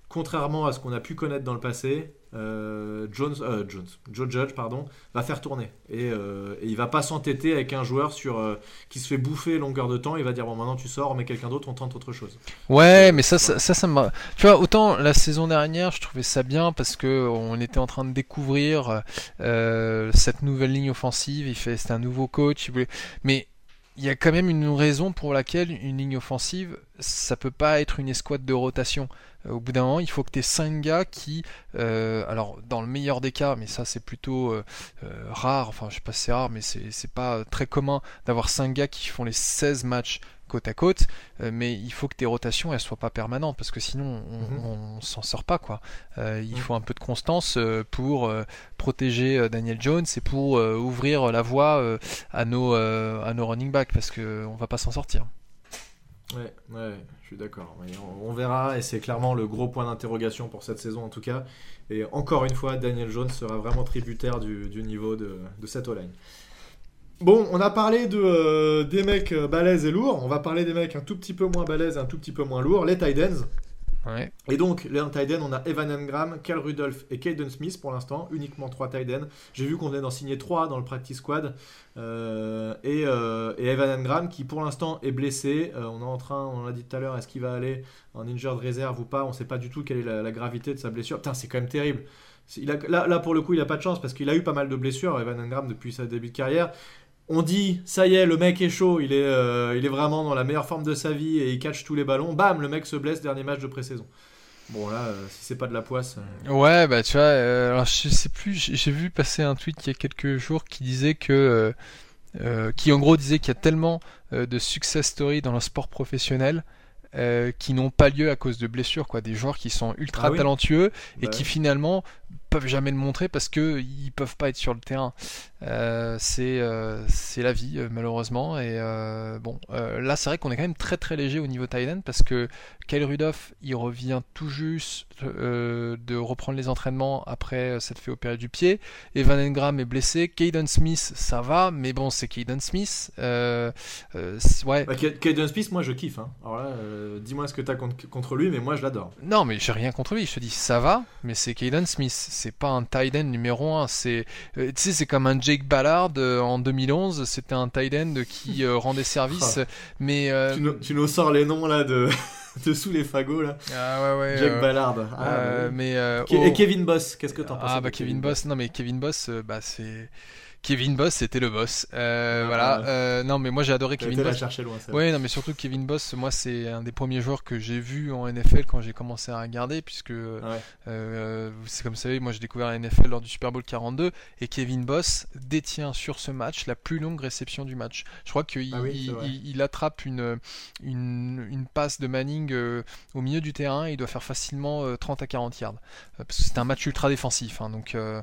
contrairement à ce qu'on a pu connaître dans le passé, euh, Jones, euh, Jones, Joe Judge pardon, va faire tourner. Et, euh, et il va pas s'entêter avec un joueur sur, euh, qui se fait bouffer longueur de temps. Il va dire bon, maintenant tu sors, on met quelqu'un d'autre, on tente autre chose. Ouais, euh, mais ça, ouais. ça, ça, ça m'a. Tu vois, autant la saison dernière, je trouvais ça bien parce que on était en train de découvrir euh, cette nouvelle ligne offensive. Il fait, c'était un nouveau coach. Il voulait... Mais il y a quand même une raison pour laquelle une ligne offensive, ça peut pas être une escouade de rotation. Euh, au bout d'un moment, il faut que tu aies cinq gars qui, euh, alors dans le meilleur des cas, mais ça c'est plutôt euh, euh, rare, enfin je sais pas si c'est rare, mais c'est, c'est pas très commun d'avoir cinq gars qui font les seize matchs côte à côte, euh, mais il faut que tes rotations elles soient pas permanentes parce que sinon on, Mhm. on, on s'en sort pas quoi. Euh, il Mhm. faut un peu de constance euh, pour euh, protéger euh, Daniel Jones et pour euh, ouvrir la voie euh, à nos euh, à nos running backs parce que on va pas s'en sortir. Ouais, ouais, je suis d'accord. Mais on, on verra, et c'est clairement le gros point d'interrogation pour cette saison en tout cas. Et encore une fois, Daniel Jones sera vraiment tributaire du, du niveau de, de cette O-line. Bon, on a parlé de, euh, des mecs euh, balèzes et lourds. On va parler des mecs un tout petit peu moins balèzes et un tout petit peu moins lourds, les tight ends. Ouais. Et donc, les tight ends, on a Evan Engram, Cal Rudolph et Caden Smith pour l'instant, uniquement trois tight ends. J'ai vu qu'on venait d'en signer trois dans le practice squad. Euh, et, euh, et Evan Engram qui pour l'instant est blessé. Euh, on est en train, on l'a dit tout à l'heure, est-ce qu'il va aller en injured reserve ou pas? On ne sait pas du tout quelle est la, la gravité de sa blessure. Putain, c'est quand même terrible. Il a, là, là, pour le coup, il n'a pas de chance parce qu'il a eu pas mal de blessures, Evan Engram, depuis sa début de carrière. On dit, ça y est, le mec est chaud, il est, euh, il est vraiment dans la meilleure forme de sa vie et il catch tous les ballons. Bam, le mec se blesse, dernier match de pré-saison. Bon là, euh, si c'est pas de la poisse. Euh... Ouais, bah tu vois, euh, alors je sais plus, j'ai j'ai vu passer un tweet il y a quelques jours qui disait que, euh, euh, qui en gros disait qu'il y a tellement euh, de success stories dans le sport professionnel euh, qui n'ont pas lieu à cause de blessures, quoi, des joueurs qui sont ultra Ah oui. talentueux et Bah qui ouais. finalement peuvent jamais le montrer parce que ils peuvent pas être sur le terrain. Euh, c'est euh, c'est la vie euh, malheureusement et euh, bon euh, là c'est vrai qu'on est quand même très très léger au niveau tight end parce que Kyle Rudolph il revient tout juste euh, de reprendre les entraînements après s'être fait opérer du pied. Evan Engram est blessé. Caden Smith ça va mais bon c'est Caden Smith euh, euh, ouais. Bah, Caden Smith, moi je kiffe. Hein. Alors là, euh, dis-moi ce que t'as contre, contre lui, mais moi je l'adore. Non mais j'ai rien contre lui. Je te dis ça va mais c'est Caden Smith. C'est pas un tight end numéro un. C'est euh, tu sais c'est comme un Jake Ballard euh, en deux mille onze. C'était un tight end qui euh, rendait service. mais euh... tu, nous, tu nous sors les noms là de de sous les fagots là. Ah ouais ouais. Jake euh... Ballard. Ah, euh, bah oui. mais euh, Ke- oh. Et Kevin Boss, qu'est-ce que t'en penses? Ah bah Kevin Boss. Non mais Kevin Boss, euh, bah c'est Kevin Boss, c'était le boss. Euh, ah, voilà. ouais. Euh, non, mais moi j'ai adoré T'as Kevin été la Boss. chercher loin, ça. Ouais, non, mais surtout Kevin Boss, moi c'est un des premiers joueurs que j'ai vu en N F L quand j'ai commencé à regarder, puisque Ah ouais. euh, c'est comme vous savez, moi j'ai découvert la N F L lors du Super Bowl quarante-deux, et Kevin Boss détient sur ce match la plus longue réception du match. Je crois qu'il Ah oui, il, c'est vrai. il, il attrape une, une, une passe de Manning euh, au milieu du terrain, et il doit faire facilement euh, trente à quarante yards, euh, parce que c'était un match ultra défensif. Hein, donc, euh,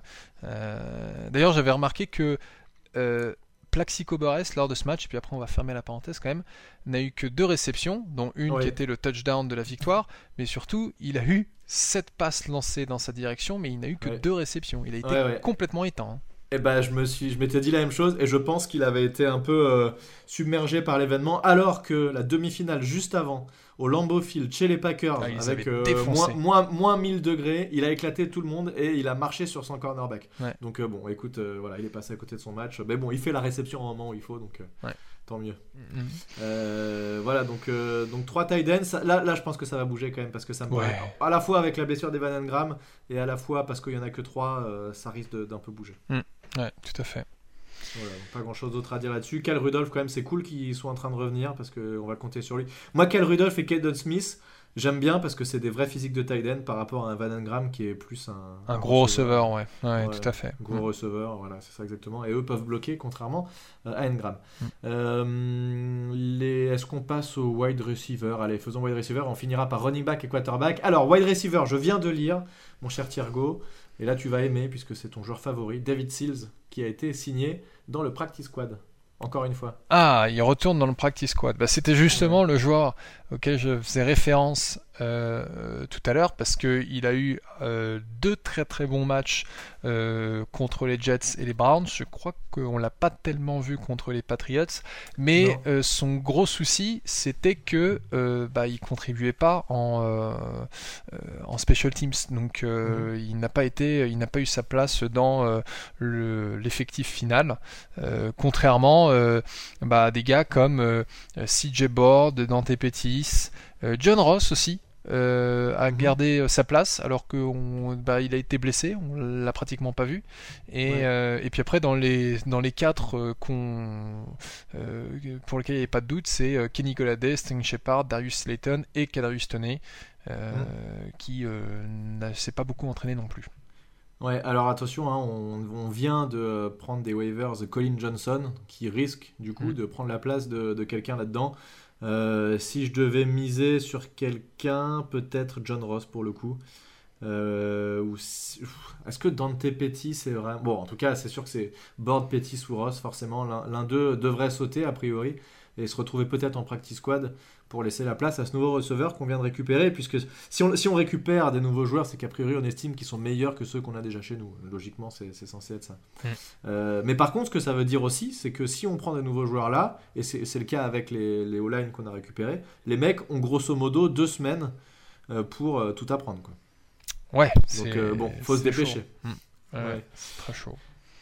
euh, d'ailleurs, j'avais remarqué que Euh, Plaxico Burress lors de ce match, et puis après on va fermer la parenthèse quand même, n'a eu que deux réceptions, dont une Ouais. qui était le touchdown de la victoire, mais surtout il a eu sept passes lancées dans sa direction, mais il n'a eu que Ouais. deux réceptions. Il a été Ouais, ouais. complètement éteint. Hein. Et bah je me suis, je m'étais dit la même chose et je pense qu'il avait été un peu euh, submergé par l'événement, alors que la demi-finale juste avant au Lambeau Field chez les Packers Ah, ils avec avaient euh, défoncé. moins, moins, moins mille degrés, il a éclaté tout le monde et il a marché sur son cornerback. Ouais. Donc euh, bon, écoute, euh, voilà, il est passé à côté de son match. Mais bon, il fait la réception au moment où il faut, donc euh, Ouais. tant mieux. Mhm. Euh, voilà, donc euh, donc trois tight ends. Ça- Là, là, je pense que ça va bouger quand même parce que ça me Ouais. paraît à la fois avec la blessure d'Evan Engram et à la fois parce qu'il y en a que trois, euh, ça risque de- d'un peu bouger. Ouais, tout à fait. Voilà, donc pas grand chose d'autre à dire là-dessus. Cal Rudolph, quand même, c'est cool qu'ils soient en train de revenir parce qu'on va compter sur lui. Moi, Cal Rudolph et Caden Smith, j'aime bien parce que c'est des vrais physiques de tight end par rapport à un Van Engram qui est plus un, Un gros receveur, ouais. Ouais, Ouais, tout à fait. Gros Mhm. receveur, voilà, c'est ça exactement. Et eux peuvent bloquer, contrairement euh, à Engram. Mm. Euh, les... Est-ce qu'on passe au wide receiver? Allez, faisons wide receiver. On finira par running back et quarterback. Alors, wide receiver, je viens de lire, mon cher Thiergo, et là tu vas aimer puisque c'est ton joueur favori, David Seals, qui a été signé dans le practice squad. Encore une fois. Ah, il retourne dans le practice squad. Bah, c'était justement le joueur auquel je faisais référence euh, tout à l'heure parce qu'il a eu euh, deux très très bons matchs euh, contre les Jets et les Browns. Je crois qu'on l'a pas tellement vu contre les Patriots, mais euh, son gros souci c'était que euh, bah, il contribuait pas en, euh, euh, en special teams, donc euh, mmh. il n'a pas été, il n'a pas eu sa place dans euh, le, l'effectif final, euh, contrairement euh, bah, à des gars comme euh, C J Board, Dante Pettis, euh, John Ross aussi. Euh, a gardé mmh. sa place alors qu'il bah, a été blessé, on l'a pratiquement pas vu. Et, ouais. euh, et puis après, dans les, dans les quatre euh, qu'on, euh, pour lesquels il n'y avait pas de doute, c'est euh, Kenny Golladay, Sterling Shepard, Darius Slayton et Kadarius Toney, euh, mmh. qui euh, ne s'est pas beaucoup entraîné non plus. Ouais, alors attention, hein, on, on vient de prendre des waivers de Colin Johnson qui risque du coup mmh. de prendre la place de, de quelqu'un là-dedans. Euh, si je devais miser sur quelqu'un, peut-être John Ross pour le coup. Euh, ou si... Est-ce que Dante Pettis c'est vraiment... Bon, en tout cas, c'est sûr que c'est Board, Pettis ou Ross, forcément. L'un, l'un d'eux devrait sauter, a priori, et se retrouver peut-être en practice squad pour laisser la place à ce nouveau receveur qu'on vient de récupérer. Puisque si on, si on récupère des nouveaux joueurs, c'est qu'a priori, on estime qu'ils sont meilleurs que ceux qu'on a déjà chez nous. Logiquement, c'est, c'est censé être ça. Mmh. Euh, mais par contre, ce que ça veut dire aussi, c'est que si on prend des nouveaux joueurs là, et c'est, c'est le cas avec les, les O-line qu'on a récupérés, les mecs ont grosso modo deux semaines euh, pour euh, tout apprendre, quoi. Ouais, donc c'est, euh, bon, faut se dépêcher. Mmh. Ouais, ouais. C'est très chaud.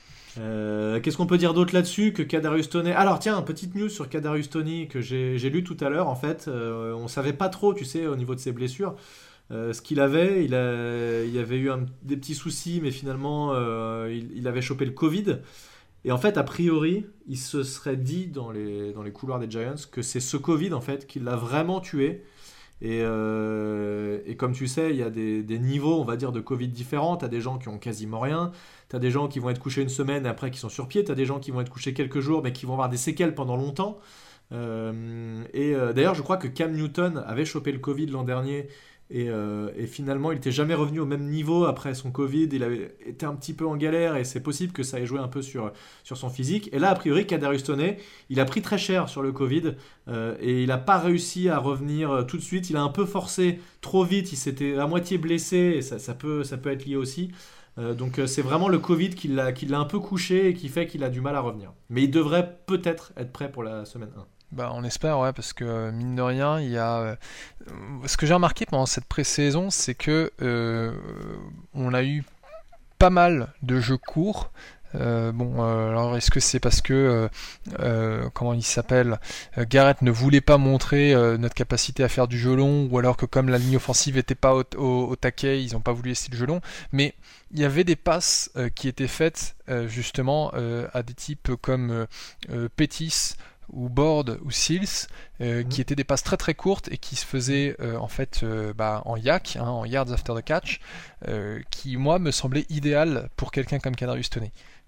Euh, qu'est-ce qu'on peut dire d'autre là-dessus que Kadarius Toney? Alors tiens, petite news sur Kadarius Toney que j'ai, j'ai lu tout à l'heure. En fait, euh, on savait pas trop, tu sais, au niveau de ses blessures, euh, ce qu'il avait. Il, a, il avait eu un, des petits soucis, mais finalement, euh, il, il avait chopé le Covid. Et en fait, a priori, il se serait dit dans les, dans les couloirs des Giants que c'est ce Covid en fait qui l'a vraiment tué. Et, euh, et comme tu sais, il y a des, des niveaux, on va dire, de Covid différents. Tu as des gens qui ont quasiment rien. Tu as des gens qui vont être couchés une semaine et après qui sont sur pied. Tu as des gens qui vont être couchés quelques jours mais qui vont avoir des séquelles pendant longtemps. Euh, et euh, d'ailleurs, je crois que Cam Newton avait chopé le Covid l'an dernier. Et, euh, et finalement, il n'était jamais revenu au même niveau après son Covid. Il avait été un petit peu en galère et c'est possible que ça ait joué un peu sur, sur son physique. Et là, a priori, Kadarius Toney, il a pris très cher sur le Covid euh, et il n'a pas réussi à revenir tout de suite. Il a un peu forcé trop vite. Il s'était à moitié blessé et ça, ça, peut, ça peut être lié aussi. Euh, donc c'est vraiment le Covid qui l'a, qui l'a un peu couché et qui fait qu'il a du mal à revenir. Mais il devrait peut-être être prêt pour la semaine un. Bah, on espère, ouais, parce que mine de rien, il y a. Euh, ce que j'ai remarqué pendant cette pré-saison, c'est que euh, on a eu pas mal de jeux courts. Euh, bon, euh, alors est-ce que c'est parce que euh, euh, comment il s'appelle euh, Garrett ne voulait pas montrer euh, notre capacité à faire du jeu long, ou alors que comme la ligne offensive n'était pas au, au, au taquet, ils n'ont pas voulu essayer le jeu long. Mais il y avait des passes euh, qui étaient faites euh, justement euh, à des types comme euh, euh, Pettis ou Board ou Seals, euh, mmh. qui étaient des passes très très courtes et qui se faisaient euh, en fait euh, bah, en yak, hein, en yards after the catch, euh, qui moi me semblait idéal pour quelqu'un comme Kadarius Toney.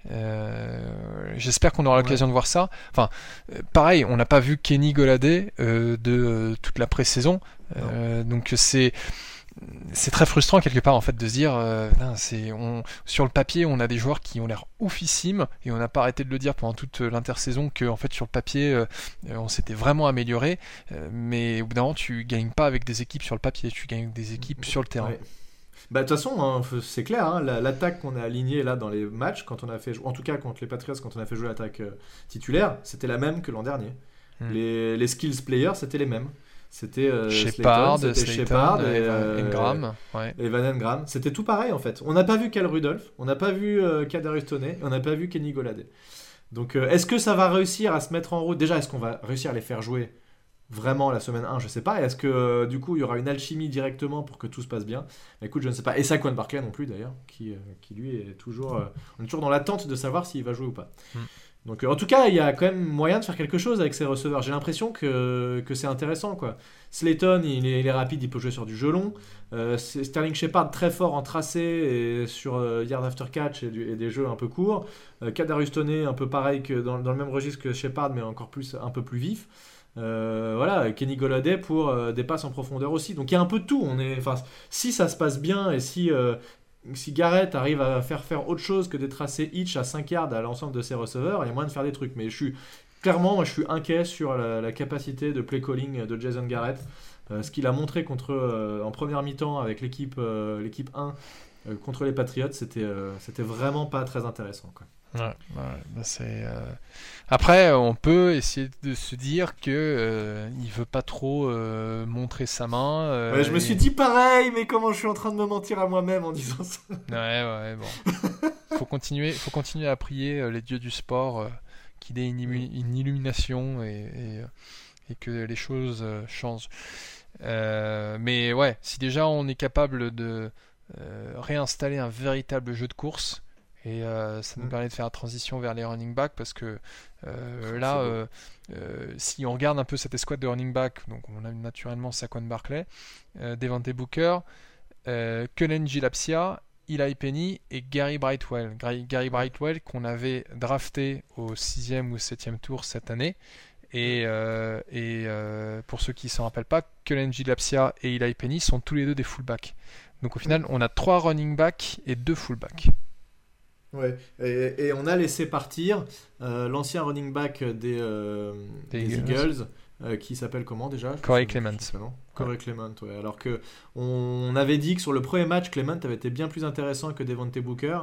Euh, j'espère qu'on aura l'occasion ouais. de voir ça. Enfin, euh, pareil, on n'a pas vu Kenny Golladay euh, de euh, toute la pré-saison, euh, donc c'est c'est très frustrant quelque part en fait de se dire euh, c'est, on, sur le papier on a des joueurs qui ont l'air oufissimes et on n'a pas arrêté de le dire pendant toute l'intersaison que en fait sur le papier euh, on s'était vraiment amélioré, euh, mais au bout d'un moment tu gagnes pas avec des équipes sur le papier, tu gagnes avec des équipes sur le terrain. Ouais. Bah de toute façon hein, c'est clair hein, l'attaque qu'on a alignée là dans les matchs quand on a fait, en tout cas contre les Patriots quand on a fait jouer l'attaque euh, titulaire, c'était la même que l'an dernier. Hmm. Les, les skills players c'était les mêmes. C'était euh, Shepard, Slayton, c'était Slayton, Shepard et euh, Engram, ouais. Evan Engram. C'était tout pareil en fait. On n'a pas vu Kyle Rudolph, on n'a pas vu euh, Kadarius Toney, on n'a pas vu Kenny Golladay. Donc euh, est-ce que ça va réussir à se mettre en route? Déjà, est-ce qu'on va réussir à les faire jouer vraiment la semaine un? Je sais pas. Est-ce que euh, du coup il y aura une alchimie directement pour que tout se passe bien? Écoute, je ne sais pas. Et Saquon Barkley non plus d'ailleurs, qui, euh, qui lui est toujours, euh, on est toujours dans l'attente de savoir s'il va jouer ou pas. Mm. Donc euh, en tout cas, il y a quand même moyen de faire quelque chose avec ces receveurs. J'ai l'impression que, que c'est intéressant, quoi. Slayton, il est, il est rapide, il peut jouer sur du jeu long. Euh, Sterling Shepard, très fort en tracé et sur euh, yard after catch et, du, et des jeux un peu courts. Euh, Kadarius Toney, un peu pareil que dans, dans le même registre que Shepard, mais encore plus, un peu plus vif. Euh, voilà, Kenny Golladay pour euh, des passes en profondeur aussi. Donc il y a un peu de tout. On est, enfin, si ça se passe bien et si euh, si Garrett arrive à faire faire autre chose que des tracés hitch à cinq yards à l'ensemble de ses receveurs, il y a moyen de faire des trucs. Mais je suis clairement, moi, je suis inquiet sur la, la capacité de play calling de Jason Garrett. Euh, ce qu'il a montré contre, euh, en première mi-temps avec l'équipe, euh, l'équipe un euh, contre les Patriots, c'était, euh, c'était vraiment pas très intéressant, quoi. Ouais, ouais, bah c'est, euh... Après, on peut essayer de se dire que euh, il veut pas trop euh, montrer sa main. Euh, ouais, je me et... suis dit pareil, mais comment je suis en train de me mentir à moi-même en disant ça. Ouais, ouais, bon. faut continuer, faut continuer à prier euh, les dieux du sport euh, qu'il ait une, illu- une illumination et, et, et que les choses euh, changent. Euh, mais ouais, si déjà on est capable de euh, réinstaller un véritable jeu de course. Et euh, ça nous Mm. permet de faire la transition vers les running backs parce que euh, C'est là, beau. euh, euh, si on regarde un peu cette escouade de running back, donc on a naturellement Saquon Barkley, euh, Devante Booker, euh, Cullen Gilapsia, Eli Penny et Gary Brightwell. Gary, Gary Brightwell qu'on avait drafté au sixième ou septième tour cette année. Et, euh, et euh, pour ceux qui ne s'en rappellent pas, Cullen Gilapsia et Eli Penny sont tous les deux des fullbacks. Donc au final, on a trois running backs et deux fullbacks. Ouais, et, et on a laissé partir euh, l'ancien running back des, euh, Des des Eagles. Eagles, euh, qui s'appelle comment déjà? Je me Corey souviens Clement. plus de son nom. Corey Clement, ouais. Alors que on avait dit que sur le premier match, Clement avait été bien plus intéressant que Devante Booker.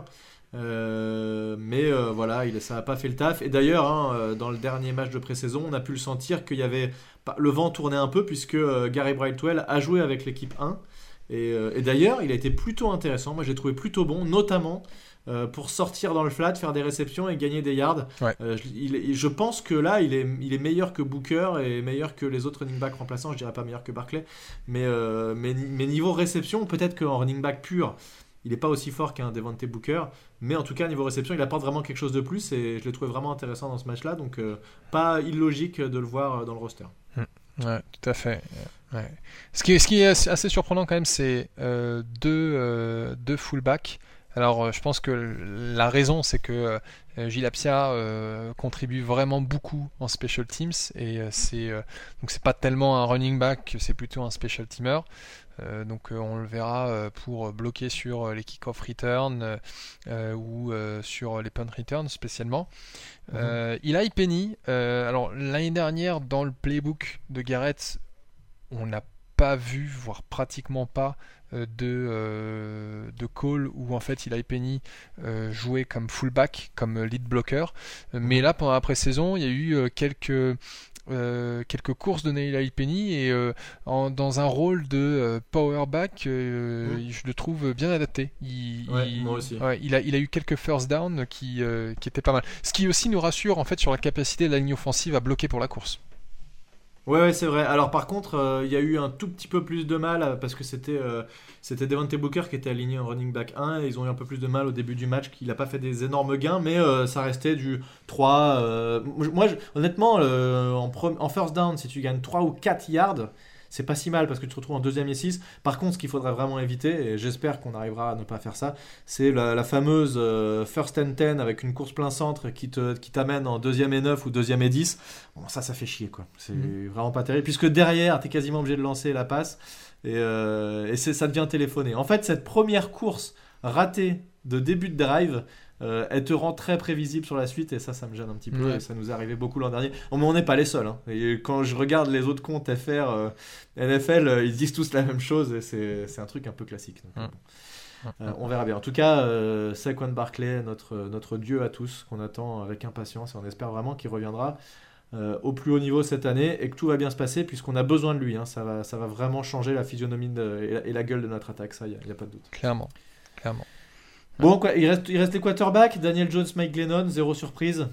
Euh, mais euh, voilà, il, ça n'a pas fait le taf. Et d'ailleurs, hein, euh, dans le dernier match de pré-saison, on a pu le sentir qu'il y avait le vent tournait un peu puisque euh, Gary Brightwell a joué avec l'équipe un. Et, euh, et d'ailleurs, il a été plutôt intéressant. Moi, j'ai trouvé plutôt bon, notamment euh, pour sortir dans le flat, faire des réceptions et gagner des yards. Ouais. Euh, je, il, je pense que là, il est, il est meilleur que Booker et meilleur que les autres running back remplaçants. Je dirais pas meilleur que Barkley, mais, euh, mais, mais niveau réception, peut-être qu'en running back pur, il n'est pas aussi fort qu'un Devante Booker, mais en tout cas, niveau réception, il apporte vraiment quelque chose de plus et je l'ai trouvé vraiment intéressant dans ce match-là, donc euh, pas illogique de le voir dans le roster. Ouais, tout à fait. Ouais. Ce, qui est, ce qui est assez surprenant quand même, c'est euh, deux, euh, deux fullbacks. Alors, euh, je pense que la raison, c'est que euh, Gilapsia euh, contribue vraiment beaucoup en special teams et euh, c'est euh, donc c'est pas tellement un running back, c'est plutôt un special teamer. Euh, donc euh, on le verra euh, pour bloquer sur euh, les kick-off return euh, euh, ou euh, sur les punt return spécialement. Mhm. Euh, Eli Penny, euh, alors l'année dernière dans le playbook de Garrett, on n'a pas vu, voire pratiquement pas euh, de, euh, de call où en fait Eli Penny euh, jouait comme fullback, comme lead blocker. Mais là pendant la pré-saison, il y a eu euh, quelques Euh, quelques courses de Eli Penny et euh, en, dans un rôle de euh, powerback, euh, Mm. je le trouve bien adapté. Il, Ouais, il, moi aussi. ouais, il, a, il a eu quelques first down qui, euh, qui étaient pas mal. Ce qui aussi nous rassure en fait sur la capacité de la ligne offensive à bloquer pour la course. Ouais, ouais, c'est vrai. Alors par contre, euh, il y a eu un tout petit peu plus de mal euh, parce que c'était euh, c'était Devante Booker qui était aligné en running back un et ils ont eu un peu plus de mal au début du match, qu'il n'a pas fait des énormes gains, mais euh, ça restait du trois. Euh, moi, je- honnêtement, euh, en, pre- en first down, si tu gagnes trois ou quatre yards, c'est pas si mal parce que tu te retrouves en deuxième et six. Par contre, ce qu'il faudrait vraiment éviter, et j'espère qu'on arrivera à ne pas faire ça, c'est la, la fameuse euh, first and ten avec une course plein centre qui te qui t'amène en deuxième et neuf ou deuxième et dix. Bon, ça, ça fait chier, quoi. C'est Mhm. vraiment pas terrible. Puisque derrière, t'es quasiment obligé de lancer la passe. Et, euh, et c'est, ça devient téléphoné. En fait, cette première course ratée de début de drive, euh, elle te rend très prévisible sur la suite. Et ça, ça me gêne un petit peu. Ouais. Et ça nous est arrivé beaucoup l'an dernier. Oh, mais on n'est pas les seuls, hein. Et quand je regarde les autres comptes F R, euh, N F L, euh, ils disent tous la même chose. Et c'est, c'est un truc un peu classique. Donc, Mhm. bon. Euh, on verra bien. En tout cas, euh, Saquon Barkley, notre, notre dieu à tous, qu'on attend avec impatience. Et on espère vraiment qu'il reviendra Euh, au plus haut niveau cette année et que tout va bien se passer puisqu'on a besoin de lui, hein. ça, va, ça va vraiment changer la physionomie de- et, la, et la gueule de notre attaque, ça, il n'y a, a pas de doute. Clairement, clairement. Bon, quoi, il, reste, il reste les quarterbacks, Daniel Jones, Mike Glennon, zéro surprise.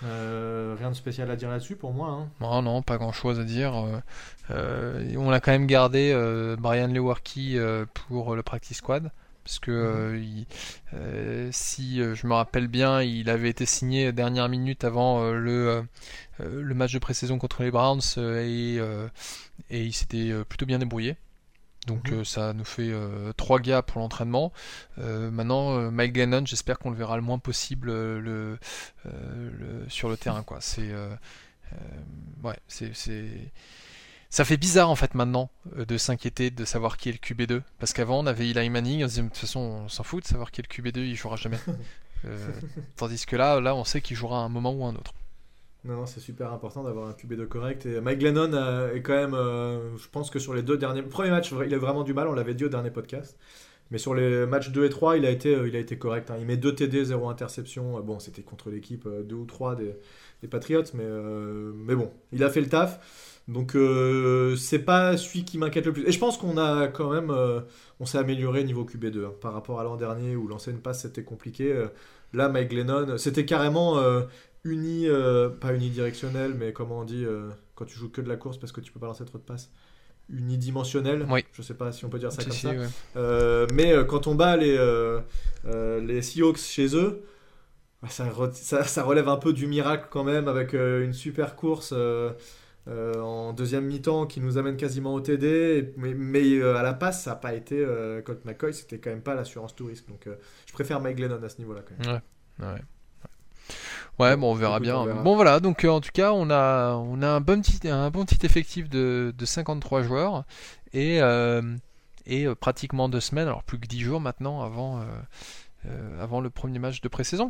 Euh, rien de spécial à dire là-dessus pour moi, hein. Non, non, pas grand chose à dire. Euh, euh, on a quand même gardé euh, Brian Lewerke euh, pour le practice squad. Parce que euh, il, euh, si euh, je me rappelle bien, il avait été signé dernière minute avant euh, le, euh, le match de pré-saison contre les Browns euh, et, euh, et il s'était euh, plutôt bien débrouillé. Donc Mhm. euh, ça nous fait euh, trois gars pour l'entraînement. Euh, maintenant, euh, Mike Glennon, j'espère qu'on le verra le moins possible euh, le, euh, le- sur le terrain, quoi. C'est euh, euh, ouais, c'est c'est ça fait bizarre en fait maintenant euh, de s'inquiéter de savoir qui est le Q B deux. Parce qu'avant on avait Eli Manning, on se disait, de toute façon on s'en fout de savoir qui est le Q B deux, il jouera jamais. Euh, tandis que là, là on sait qu'il jouera à un moment ou à un autre. Non, non, c'est super important d'avoir un Q B deux correct. Et Mike Glennon euh, est quand même, euh, je pense que sur les deux derniers premiers matchs, il a vraiment du mal, on l'avait dit au dernier podcast. Mais sur les matchs deux et trois, il a été, euh, il a été correct. Hein. Il met deux T D, zéro interception. Euh, bon, c'était contre l'équipe euh, deux ou trois des, des Patriots, mais, euh, mais bon, il a fait le taf. Donc, euh, c'est pas celui qui m'inquiète le plus. Et je pense qu'on a quand même, euh, on s'est amélioré niveau Q B deux hein, par rapport à l'an dernier où l'ancienne passe c'était compliqué. Euh, là, Mike Glennon, c'était carrément euh, uni, euh, pas unidirectionnel, mais comment on dit, euh, quand tu joues que de la course parce que tu peux pas lancer trop de passes. Unidimensionnel, Oui. je sais pas si on peut dire ça Si, comme si, ça. ouais. Euh, mais euh, quand on bat les, euh, euh, les Seahawks chez eux, ça, re- ça, ça relève un peu du miracle quand même avec euh, une super course euh, euh, en deuxième mi-temps qui nous amène quasiment au T D. Et- mais mais, euh, à la passe, ça n'a pas été. Euh, Colt McCoy, c'était quand même pas l'assurance tout risque. Donc euh, je préfère Mike Glennon à ce niveau-là quand même. Ouais. Ouais. Ouais, bon, on verra Écoute, bien. on verra. Bon, voilà, donc euh, en tout cas, on a, on a un bon petit, un bon petit effectif de, de cinquante-trois joueurs et, euh, et euh, pratiquement deux semaines, alors plus que dix jours maintenant avant, euh, euh, avant le premier match de pré-saison.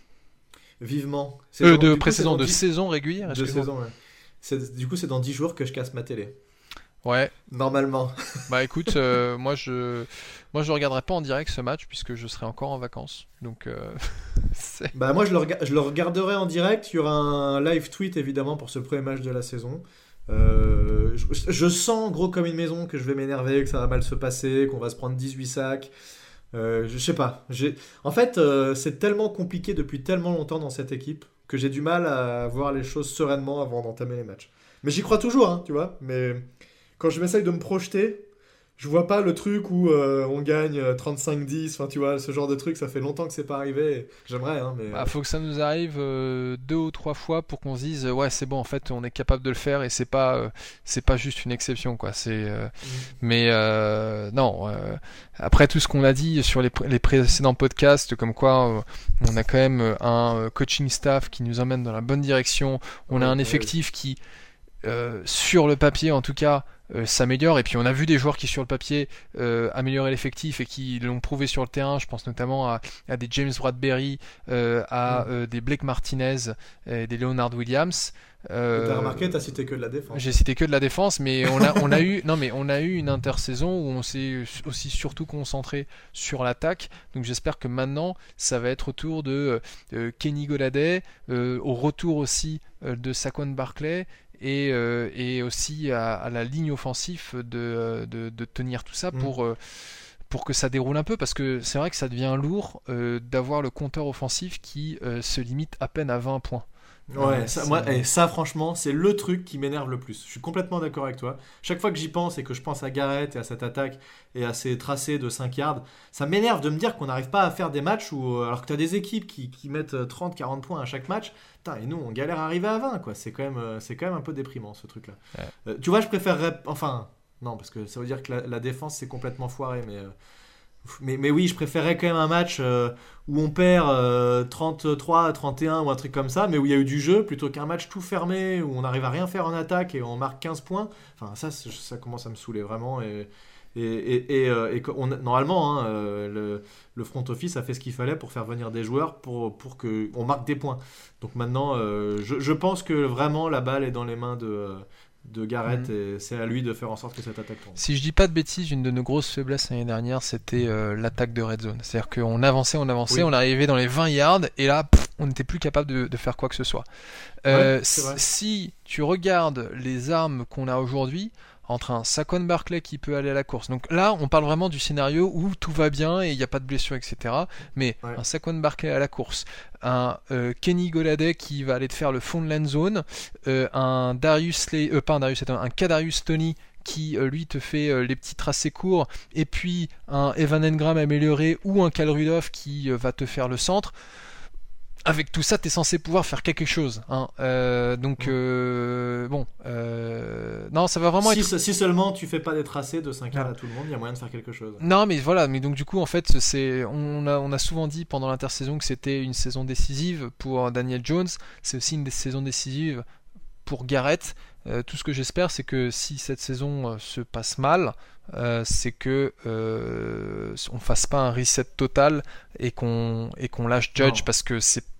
Vivement. C'est Euh, dans- de du coup, c'est pré-saison, dans de dix- saison régulière, de excuse-moi. saison, ouais. C'est- Du coup, c'est dans dix jours que je casse ma télé. Ouais, Normalement. bah écoute, euh, moi je, moi je regarderai pas en direct ce match puisque je serai encore en vacances. Donc, euh, c'est- Bah moi je le, rega- je le regarderai en direct, il y aura un live tweet évidemment pour ce premier match de la saison. Euh, je, je sens gros comme une maison que je vais m'énerver, que ça va mal se passer, qu'on va se prendre dix-huit sacs. Euh, je, je sais pas. J'ai... En fait euh, c'est tellement compliqué depuis tellement longtemps dans cette équipe que j'ai du mal à voir les choses sereinement avant d'entamer les matchs. Mais j'y crois toujours, hein, tu vois. Mais quand je m'essaye de me projeter, je vois pas le truc où euh, on gagne euh, trente-cinq dix, enfin tu vois, ce genre de truc, ça fait longtemps que c'est pas arrivé. et J'aimerais, hein, mais... bah, faut que ça nous arrive euh, deux ou trois fois pour qu'on se dise euh, ouais c'est bon en fait on est capable de le faire et c'est pas, euh, c'est pas juste une exception quoi. C'est, euh, Mm. mais euh, non. euh, après tout ce qu'on a dit sur les, pr- les précédents podcasts, comme quoi euh, on a quand même euh, un euh, coaching staff qui nous emmène dans la bonne direction. On a Ouais, un ouais, effectif qui euh, sur le papier en tout cas euh, s'améliore et puis on a vu des joueurs qui sur le papier euh, amélioraient l'effectif et qui l'ont prouvé sur le terrain. Je pense notamment à, à des James Bradbury, euh, à Mm. euh, des Blake Martinez et des Leonard Williams. Et Euh, T'as remarqué, t'as cité que de la défense. j'ai cité que de la défense, mais on a, on a eu, non mais on a eu une intersaison où on s'est aussi surtout concentré sur l'attaque. Donc j'espère que maintenant ça va être au tour de euh, Kenny Golladay, euh, au retour aussi euh, de Saquon Barkley et, euh, et aussi à, à la ligne offensive de, de, de tenir tout ça Mm. pour euh, pour que ça déroule un peu, parce que c'est vrai que ça devient lourd euh, d'avoir le compteur offensif qui euh, se limite à peine à vingt points. Ouais, Euh, ça, c'est- moi, et ça franchement, c'est le truc qui m'énerve le plus. Je suis complètement d'accord avec toi. Chaque fois que j'y pense et que je pense à Garrett et à cette attaque et à ces tracés de cinq yards, ça m'énerve de me dire qu'on n'arrive pas à faire des matchs où, alors que tu as des équipes qui, qui mettent trente à quarante points à chaque match, putain, et nous on galère à arriver à vingt, quoi. C'est quand même, euh, c'est quand même un peu déprimant ce truc-là. Ouais. Euh, tu vois, je préférerais. Enfin, non, parce que ça veut dire que la, la défense c'est complètement foiré, mais. euh, Mais, mais oui, je préférais quand même un match euh, où on perd euh, trente-trois à trente et un ou un truc comme ça, mais où il y a eu du jeu, plutôt qu'un match tout fermé, où on n'arrive à rien faire en attaque et on marque quinze points. Enfin, ça, c'est- ça commence à me saouler vraiment. Et, et, et, et, euh, et qu'on- normalement, hein, euh, le, le front office a fait ce qu'il fallait pour faire venir des joueurs pour, pour qu'on marque des points. Donc maintenant, euh, je, je pense que vraiment la balle est dans les mains de... euh, de Garrett, Mhm. et c'est à lui de faire en sorte que cette attaque tombe. Si je dis pas de bêtises, une de nos grosses faiblesses l'année dernière, c'était euh, l'attaque de red zone. C'est-à-dire qu'on avançait, on avançait, Oui. on arrivait dans les vingt yards et là, pff, on n'était plus capable de, de faire quoi que ce soit. Euh, Ouais, c'est vrai. si tu regardes les armes qu'on a aujourd'hui, entre un Saquon Barkley qui peut aller à la course. Donc là, on parle vraiment du scénario où tout va bien et il n'y a pas de blessure, et cetera. Mais Ouais. un Saquon Barkley à la course, un euh, Kenny Golladay qui va aller te faire le fond de l'end zone, euh, un Darius Slay, euh, pas un Darius, un Kadarius Toney qui euh, lui te fait euh, les petits tracés courts, et puis un Evan Engram amélioré ou un Kyle Rudolph qui euh, va te faire le centre. Avec tout ça, tu es censé pouvoir faire quelque chose. Hein. Euh, donc, euh, bon. Euh, non, ça va vraiment si, être. si seulement tu fais pas des tracés de cinq yards Ah. à tout le monde, il y a moyen de faire quelque chose. Non, mais voilà. Mais donc, du coup, en fait, c'est, on, a, on a souvent dit pendant l'intersaison que c'était une saison décisive pour Daniel Jones. C'est aussi une saison décisive pour Garrett. Euh, tout ce que j'espère, c'est que si cette saison euh, se passe mal, euh, c'est que euh, on fasse pas un reset total et qu'on et qu'on lâche Judge, Non. parce que c'est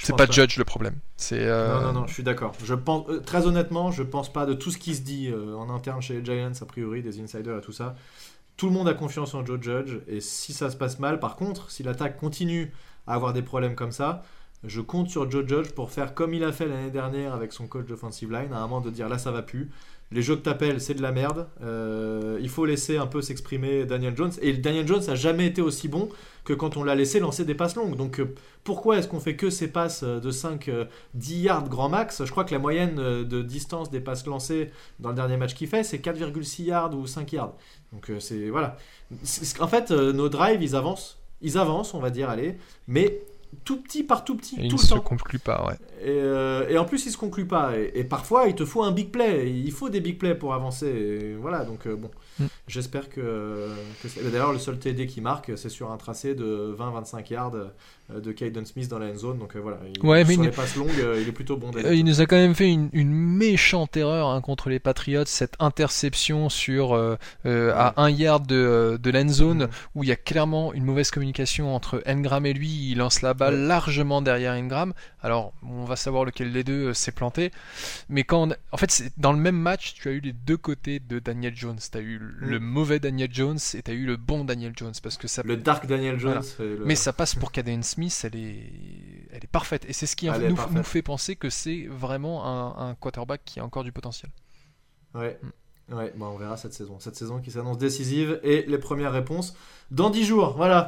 Je c'est pense pas pas. Judge le problème. C'est, euh... Non, non, non, je suis d'accord. Je pense, euh, très honnêtement, je pense pas de tout ce qui se dit euh, en interne chez les Giants, a priori, des insiders et tout ça. Tout le monde a confiance en Joe Judge, et si ça se passe mal, par contre, si l'attaque continue à avoir des problèmes comme ça, je compte sur Joe Judge pour faire comme il a fait l'année dernière avec son coach d'offensive line, à un moment de dire là ça va plus. Les jeux que t'appelles, c'est de la merde. Euh, il faut laisser un peu s'exprimer Daniel Jones. Et Daniel Jones n'a jamais été aussi bon que quand on l'a laissé lancer des passes longues. Donc euh, pourquoi est-ce qu'on fait que ces passes de cinq à dix yards grand max ? Je crois que la moyenne de distance des passes lancées dans le dernier match qu'il fait, c'est quatre virgule six yards ou cinq yards. Donc euh, c'est voilà. C'est, en fait, euh, nos drives, ils avancent. Ils avancent, on va dire, allez. Mais tout petit par tout petit, et tout il le temps. Il ne se conclut pas, ouais. Et, euh, et en plus, il se conclut pas. Et, et parfois, il te faut un big play. Il faut des big plays pour avancer. Et voilà, donc euh, bon. Mm. J'espère que, que c'est... D'ailleurs, le seul T D qui marque, c'est sur un tracé de vingt à vingt-cinq yards de Caden Smith dans la end zone. Donc euh, voilà. Il, ouais, mais sur il... les passes longues, il est plutôt bon. Euh, il nous a quand même fait une, une méchante erreur hein, contre les Patriots, cette interception sur euh, euh, ouais. à un yard de, de l'end zone, mm. où il y a clairement une mauvaise communication entre Engram et lui. Il lance la balle ouais. largement derrière Engram. Alors, on va savoir lequel des deux s'est planté. Mais quand on a... en fait, c'est... dans le même match, tu as eu les deux côtés de Daniel Jones. Tu as eu mm. le mauvais Daniel Jones et tu as eu le bon Daniel Jones. Parce que ça... Le dark Daniel Jones. Voilà. Le... Mais ça passe pour Caden Smith, elle est... elle est parfaite. Et c'est ce qui nous, nous fait penser que c'est vraiment un, un quarterback qui a encore du potentiel. Ouais. Mm. Ouais, bon, on verra cette saison. Cette saison qui s'annonce décisive et les premières réponses dans dix jours. Voilà.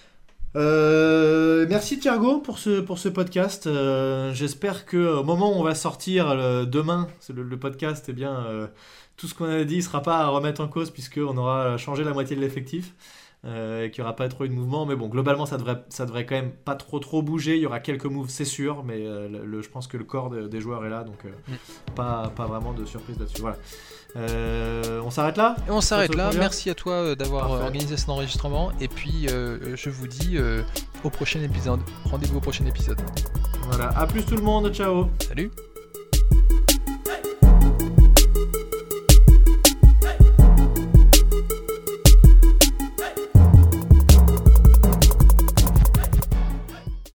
Euh, merci Thiergo pour ce, pour ce podcast. Euh, j'espère qu'au moment où on va sortir euh, demain, c'est le, le podcast, eh bien, euh, tout ce qu'on a dit ne sera pas à remettre en cause puisqu'on aura changé la moitié de l'effectif euh, et qu'il n'y aura pas trop eu de mouvement. Mais bon, globalement, ça devrait, ça devrait quand même pas trop trop bouger. Il y aura quelques moves, c'est sûr, mais euh, le, je pense que le corps de, des joueurs est là, donc euh, mm. pas, pas vraiment de surprise là-dessus. Voilà. Euh, on s'arrête là ? Et on s'arrête là. Merci à toi d'avoir Parfait. organisé cet enregistrement. Et puis, euh, je vous dis euh, au prochain épisode. Rendez-vous au prochain épisode. Voilà. À plus tout le monde. Ciao. Salut.